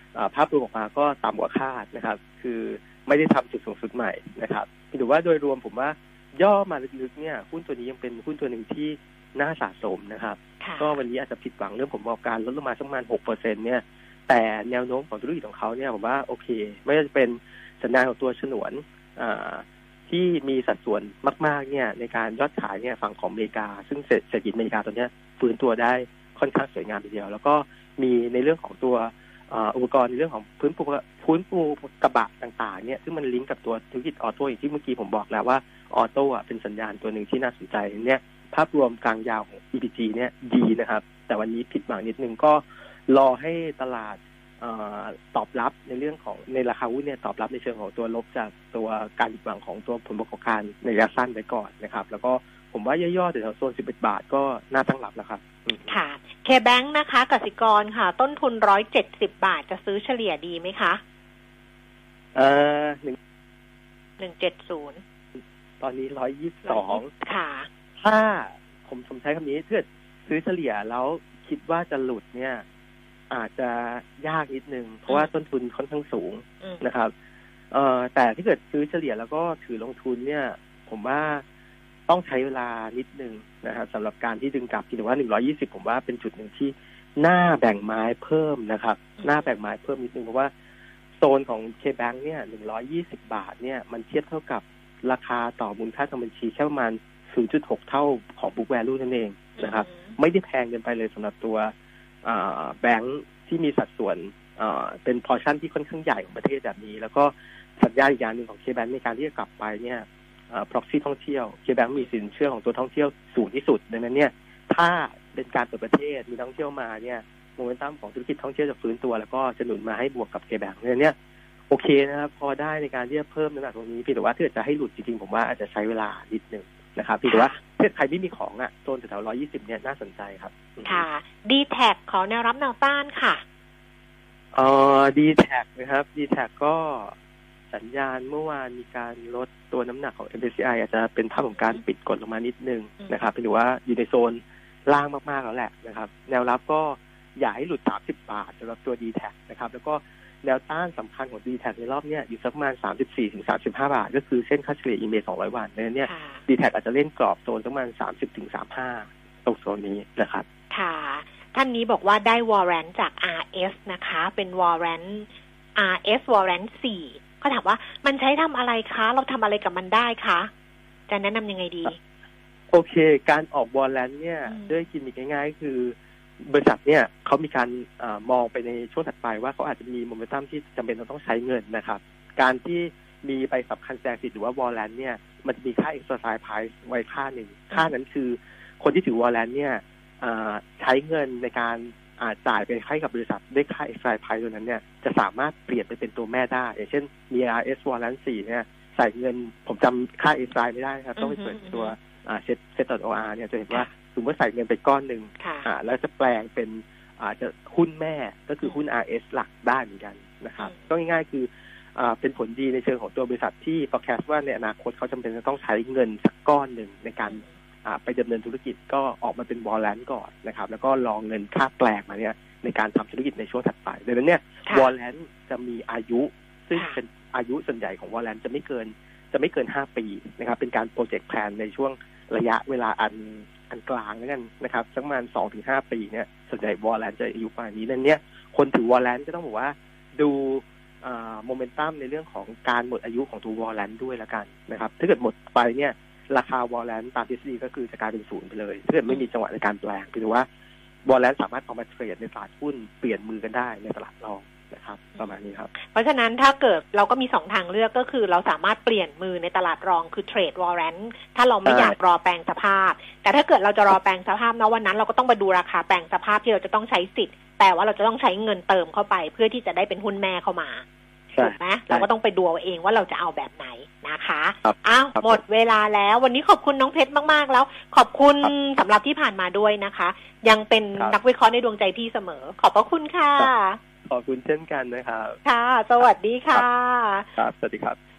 ภาพรวมออกมาก็ต่ำกว่าคาดนะครับคือไม่ได้ทำจุดสูงสุดใหม่นะครับถือว่าโดยรวมผมว่าย่อมาลึกๆเนี่ยหุ้นตัวนี้ยังเป็นหุ้นตัวหนึ่งที่น่าสะสมนะครับก็วันนี้อาจจะผิดหวังเรื่องผลประกอบการลดลงมาสักประมาณ หกเปอร์เซ็นต์ เนี่ยแต่แนวโน้มของธุรกิจของเขาเนี่ยผมว่าโอเคไม่ว่าจะเป็นสัญญาณของตัวฉนวนที่มีสัดส่วนมากๆเนี่ยในการยอดขายเนี่ยฝั่งของอเมริกาซึ่งเศรษฐกิจอเมริกาตอนนี้ฟื้นตัวได้ค่อนข้างสวยงามทีเดียวแล้วก็มีในเรื่องของตัวอุปกรณ์ในเรื่องของพื้นปูพื้นปูกระบะต่างๆเนี่ยซึ่งมันลิงก์กับตัวธุรกิจออโต้อย่างที่เมื่อกี้ผมบอกแล้วว่าออโต้อ่ะเป็นสัญญาณตัวหนึ่งที่น่าสนใจเนี่ยภาพรวมกลางยาวของ อี พี จี เนี่ยดีนะครับแต่วันนี้ผิดหวังนิดนึงก็รอให้ตลาดตอบรับในเรื่องของในราคาหุ้นเนี่ยตอบรับในเชิงของตัวลบจากตัวการผิดหวังของตัวผลประกอบการในระยะสั้นไปก่อนนะครับแล้วก็ผมว่าย่อๆแถวโซนสิบเอ็ดบาทก็น่าตั้งรับแล้วครับค่ะ K-Bank นะคะกสิกรค่ะต้นทุนหนึ่งร้อยเจ็ดสิบบาทจะซื้อเฉลี่ยดีไหมคะเอ่อหนึ่งหนึ่งเจ็ดศูนย์ตอนนี้หนึ่งร้อยยี่สิบสองค่ะถ้าผมผมใช้คำนี้ถ้าซื้อเฉลี่ยแล้วคิดว่าจะหลุดเนี่ยอาจจะยากนิดนึงเพราะว่าต้นทุนค่อนข้างสูงนะครับเอ่อแต่ถ้าเกิดซื้อเฉลี่ยแล้วก็ถือลงทุนเนี่ยผมว่าต้องใช้เวลานิดนึงนะครับสำหรับการที่ดึงกลับคิดว่าหนึ่งร้อยยี่สิบผมว่าเป็นจุดหนึ่งที่น่าแบ่งไม้เพิ่มนะครับน่าแบ่งไม้เพิ่มนิดนึงเพราะว่าโซนของ K-Bank เนี่ยหนึ่งร้อยยี่สิบบาทเนี่ยมันเทียบเท่ากับราคาต่อมูลค่าทางบัญชีแค่ประมาณ ศูนย์จุดหก เท่าของ book value นั่นเองนะครับไม่ได้แพงเกินไปเลยสำหรับตัวแบงค์ที่มีสัดส่วนเป็นพอร์ชั่นที่ค่อนข้างใหญ่ของประเทศแบบนี้แล้วก็สัญญาณอีกอย่างหนึ่งของ K-Bank ในการที่จะกลับไปเนี่ยproxy ท่องเที่ยว K-Bank มีสินเชื่อของตัวท่องเที่ยวสูงที่สุดดังนั้นเนี่ยถ้าเป็นการเปิดประเทศมีท่องเที่ยวมาเนี่ยโมเมนตัมของธุรกิจท่องเที่ยวจะฟื้นตัวแล้วก็จะหนุนมาให้บวกกับ K-Bank ดังนั้นเนี่ยโอเคนะครับพอได้ในการที่จะเพิ่มน้ำหนักตรงนี้พี่แต่ว่าถ้าจะให้หลุดจริงๆผมว่าอาจจะใช้เวลานิดนึงนะครับพี่แต่ว่าถ้าใครไม่มีของอ่ะโซนแถวๆหนึ่งร้อยยี่สิบเนี่ยน่าสนใจครับค่ะ ดี แท็ก ขอแนวรับแนวต้านค่ะเอ่อ ดี แท็ก นะครับ ดี แท็ก ก็สัญญาณเมื่อวานมีการลดตัวน้ำหนักของ เอ็ม เอส ซี ไอ อาจจะเป็นภาพของการปิดกดลงมานิดนึงนะครับเป็นว่าอยู่ในโซนล่างมากๆแล้วแหละนะครับแนวรับก็อย่าให้หลุดสามสิบบาทสำหรับตัว ดี แท็ก นะครับแล้วก็แนวต้านสำคัญของ ดี แท็ก ในรอบนี้อยู่สักประมาณ สามสิบสี่ถึงสามสิบห้า บาทก็คือเส้นค่าเฉลี่ย อี เอ็ม เอ สองร้อย วันดังนั้นเนี่ย ดี แท็ก อาจจะเล่นกรอบโซนประมาณ สามสิบถึงสามสิบห้า ตรงโซนนี้นะครับค่ะท่านนี้บอกว่าได้วอร์เรนต์จาก อาร์ เอส นะคะเป็นวอร์เรนต์ อาร์ เอส วอร์เรนต์ สี่เขาถามว่ามันใช้ทำอะไรคะเราทำอะไรกับมันได้คะจะแนะนำยังไงดีโอเคการออกวอร์เรนต์เนี่ยด้วยกิมมิคง่ายๆคือบริษัทเนี่ยเขามีการอมองไปในช่วงถัดไปว่าเขาอาจจะมีโมเมนตัมที่จำเป็นต้องใช้เงินนะครับการที่มีใบสับคันแซงสิทธิ์หรือว่าวอร์เรนต์เนี่ยมันจะมีค่า exercise price ไว้ค่าหนึ่งค่านั้นคือคนที่ถือวอร์เรนต์เนี่ยใช้เงินในการจ่ายไปให้กับบริษัทด้วยค่า exercise price ตัวนั้นเนี่ยจะสามารถเปลี่ยนไปเป็นตัวแม่ได้อย่างเช่นมี อาร์ เอส Warrant สี่เนี่ยใส่เงินผมจำค่า exercise ไม่ได้ครับต้องไปเปิดตัวเซ็ตเซ็ต .or เนี่ยจะเห็นว่าสมมติว่าใส่เงินไปก้อนหนึ่งแล้วจะแปลงเป็นอาจจะหุ้นแม่ก็คือหุ้น อาร์ เอส หลักได้เหมือนกันนะครับก็ง่ายๆคือเป็นผลดีในเชิงของตัวบริษัทที่ forecast ว่าในอนาคตเขาจำเป็นจะต้องใช้เงินสักก้อนหนึ่งในการไปดำเนินธุรกิจก็ออกมาเป็นวอร์เรนต์ก่อนนะครับแล้วก็รองเงินค่าแปลงมาเนี่ยในการทำธุรกิจในช่วงถัดไปดังนั้นเนี่ยวอร์เรนต์จะมีอายุซึ่งเป็นอายุส่วนใหญ่ของวอร์เรนต์จะไม่เกินจะไม่เกินห้าปีนะครับเป็นการโปรเจกต์แพลนในช่วงระยะเวลาอันอันกลางนั่นนะครับสักประมาณ สองถึงห้า ปีเนี่ยส่วนใหญ่วอร์เรนต์จะอายุประมาณนี้นั่นเนี่ยคนถือวอร์เรนต์ก็ต้องบอกว่าดูโมเมนตัมในเรื่องของการหมดอายุของตัววอร์เรนต์ด้วยละกันนะครับถ้าเกิดหมดไปเนี่ยราคาวอลเลนตามทฤษฎีก็คือจะกลายเป็นศูนย์ไปเลยถ้าเกิดไม่มีจังหวะในการแปลงคือว่าวอลเลนสามารถเอามาเทรดในตลาดหุ้นเปลี่ยนมือกันได้ในตลาดรองนะครับประมาณนี้ครับเพราะฉะนั้นถ้าเกิดเราก็มีสองทางเลือกก็คือเราสามารถเปลี่ยนมือในตลาดรองคือเทรดวอลเลนถ้าเราไม่อยากรอแปลงสภาพแต่ถ้าเกิดเราจะรอแปลงสภาพนะวันนั้นเราก็ต้องมาดูราคาแปลงสภาพที่เราจะต้องใช้สิทธิ์แต่ว่าเราจะต้องใช้เงินเติมเข้าไปเพื่อที่จะได้เป็นหุ้นแม่เข้ามาถูกไหมเราก็ต้องไปดูเองว่าเราจะเอาแบบไหนนะคะอ้าวหมดเวลาแล้ววันนี้ขอบคุณน้องเพชรมากๆแล้วขอบคุณสำหรับที่ผ่านมาด้วยนะคะยังเป็นนักวิเคราะห์ในดวงใจพี่เสมอขอบพระคุณค่ะขอบคุณเช่นกันนะครับค่ะสวัสดีค่ะครับสวัสดีครับ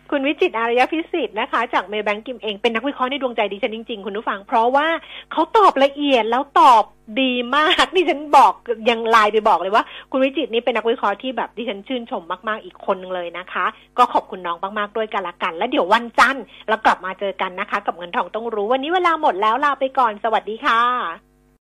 คุณวิจิตรอารยพิสิทธิ์นะคะจากเมย์แบงก์กิมเองเป็นนักวิเคราะห์ในดวงใจดิฉันจริงๆคุณผู้ฟังเพราะว่าเขาตอบละเอียดแล้วตอบดีมากนี่ฉันบอกยังไลน์ไปบอกเลยว่าคุณวิจิตรนี่เป็นนักวิเคราะห์ที่แบบดิฉันชื่นชมมากๆอีกคนนึงเลยนะคะก็ขอบคุณน้องมากๆด้วยกันละกันแล้วเดี๋ยววันจันทร์เรากลับมาเจอกันนะคะกับเงินทองต้องรู้วันนี้เวลาหมดแล้วลาไปก่อนสวัสดีค่ะ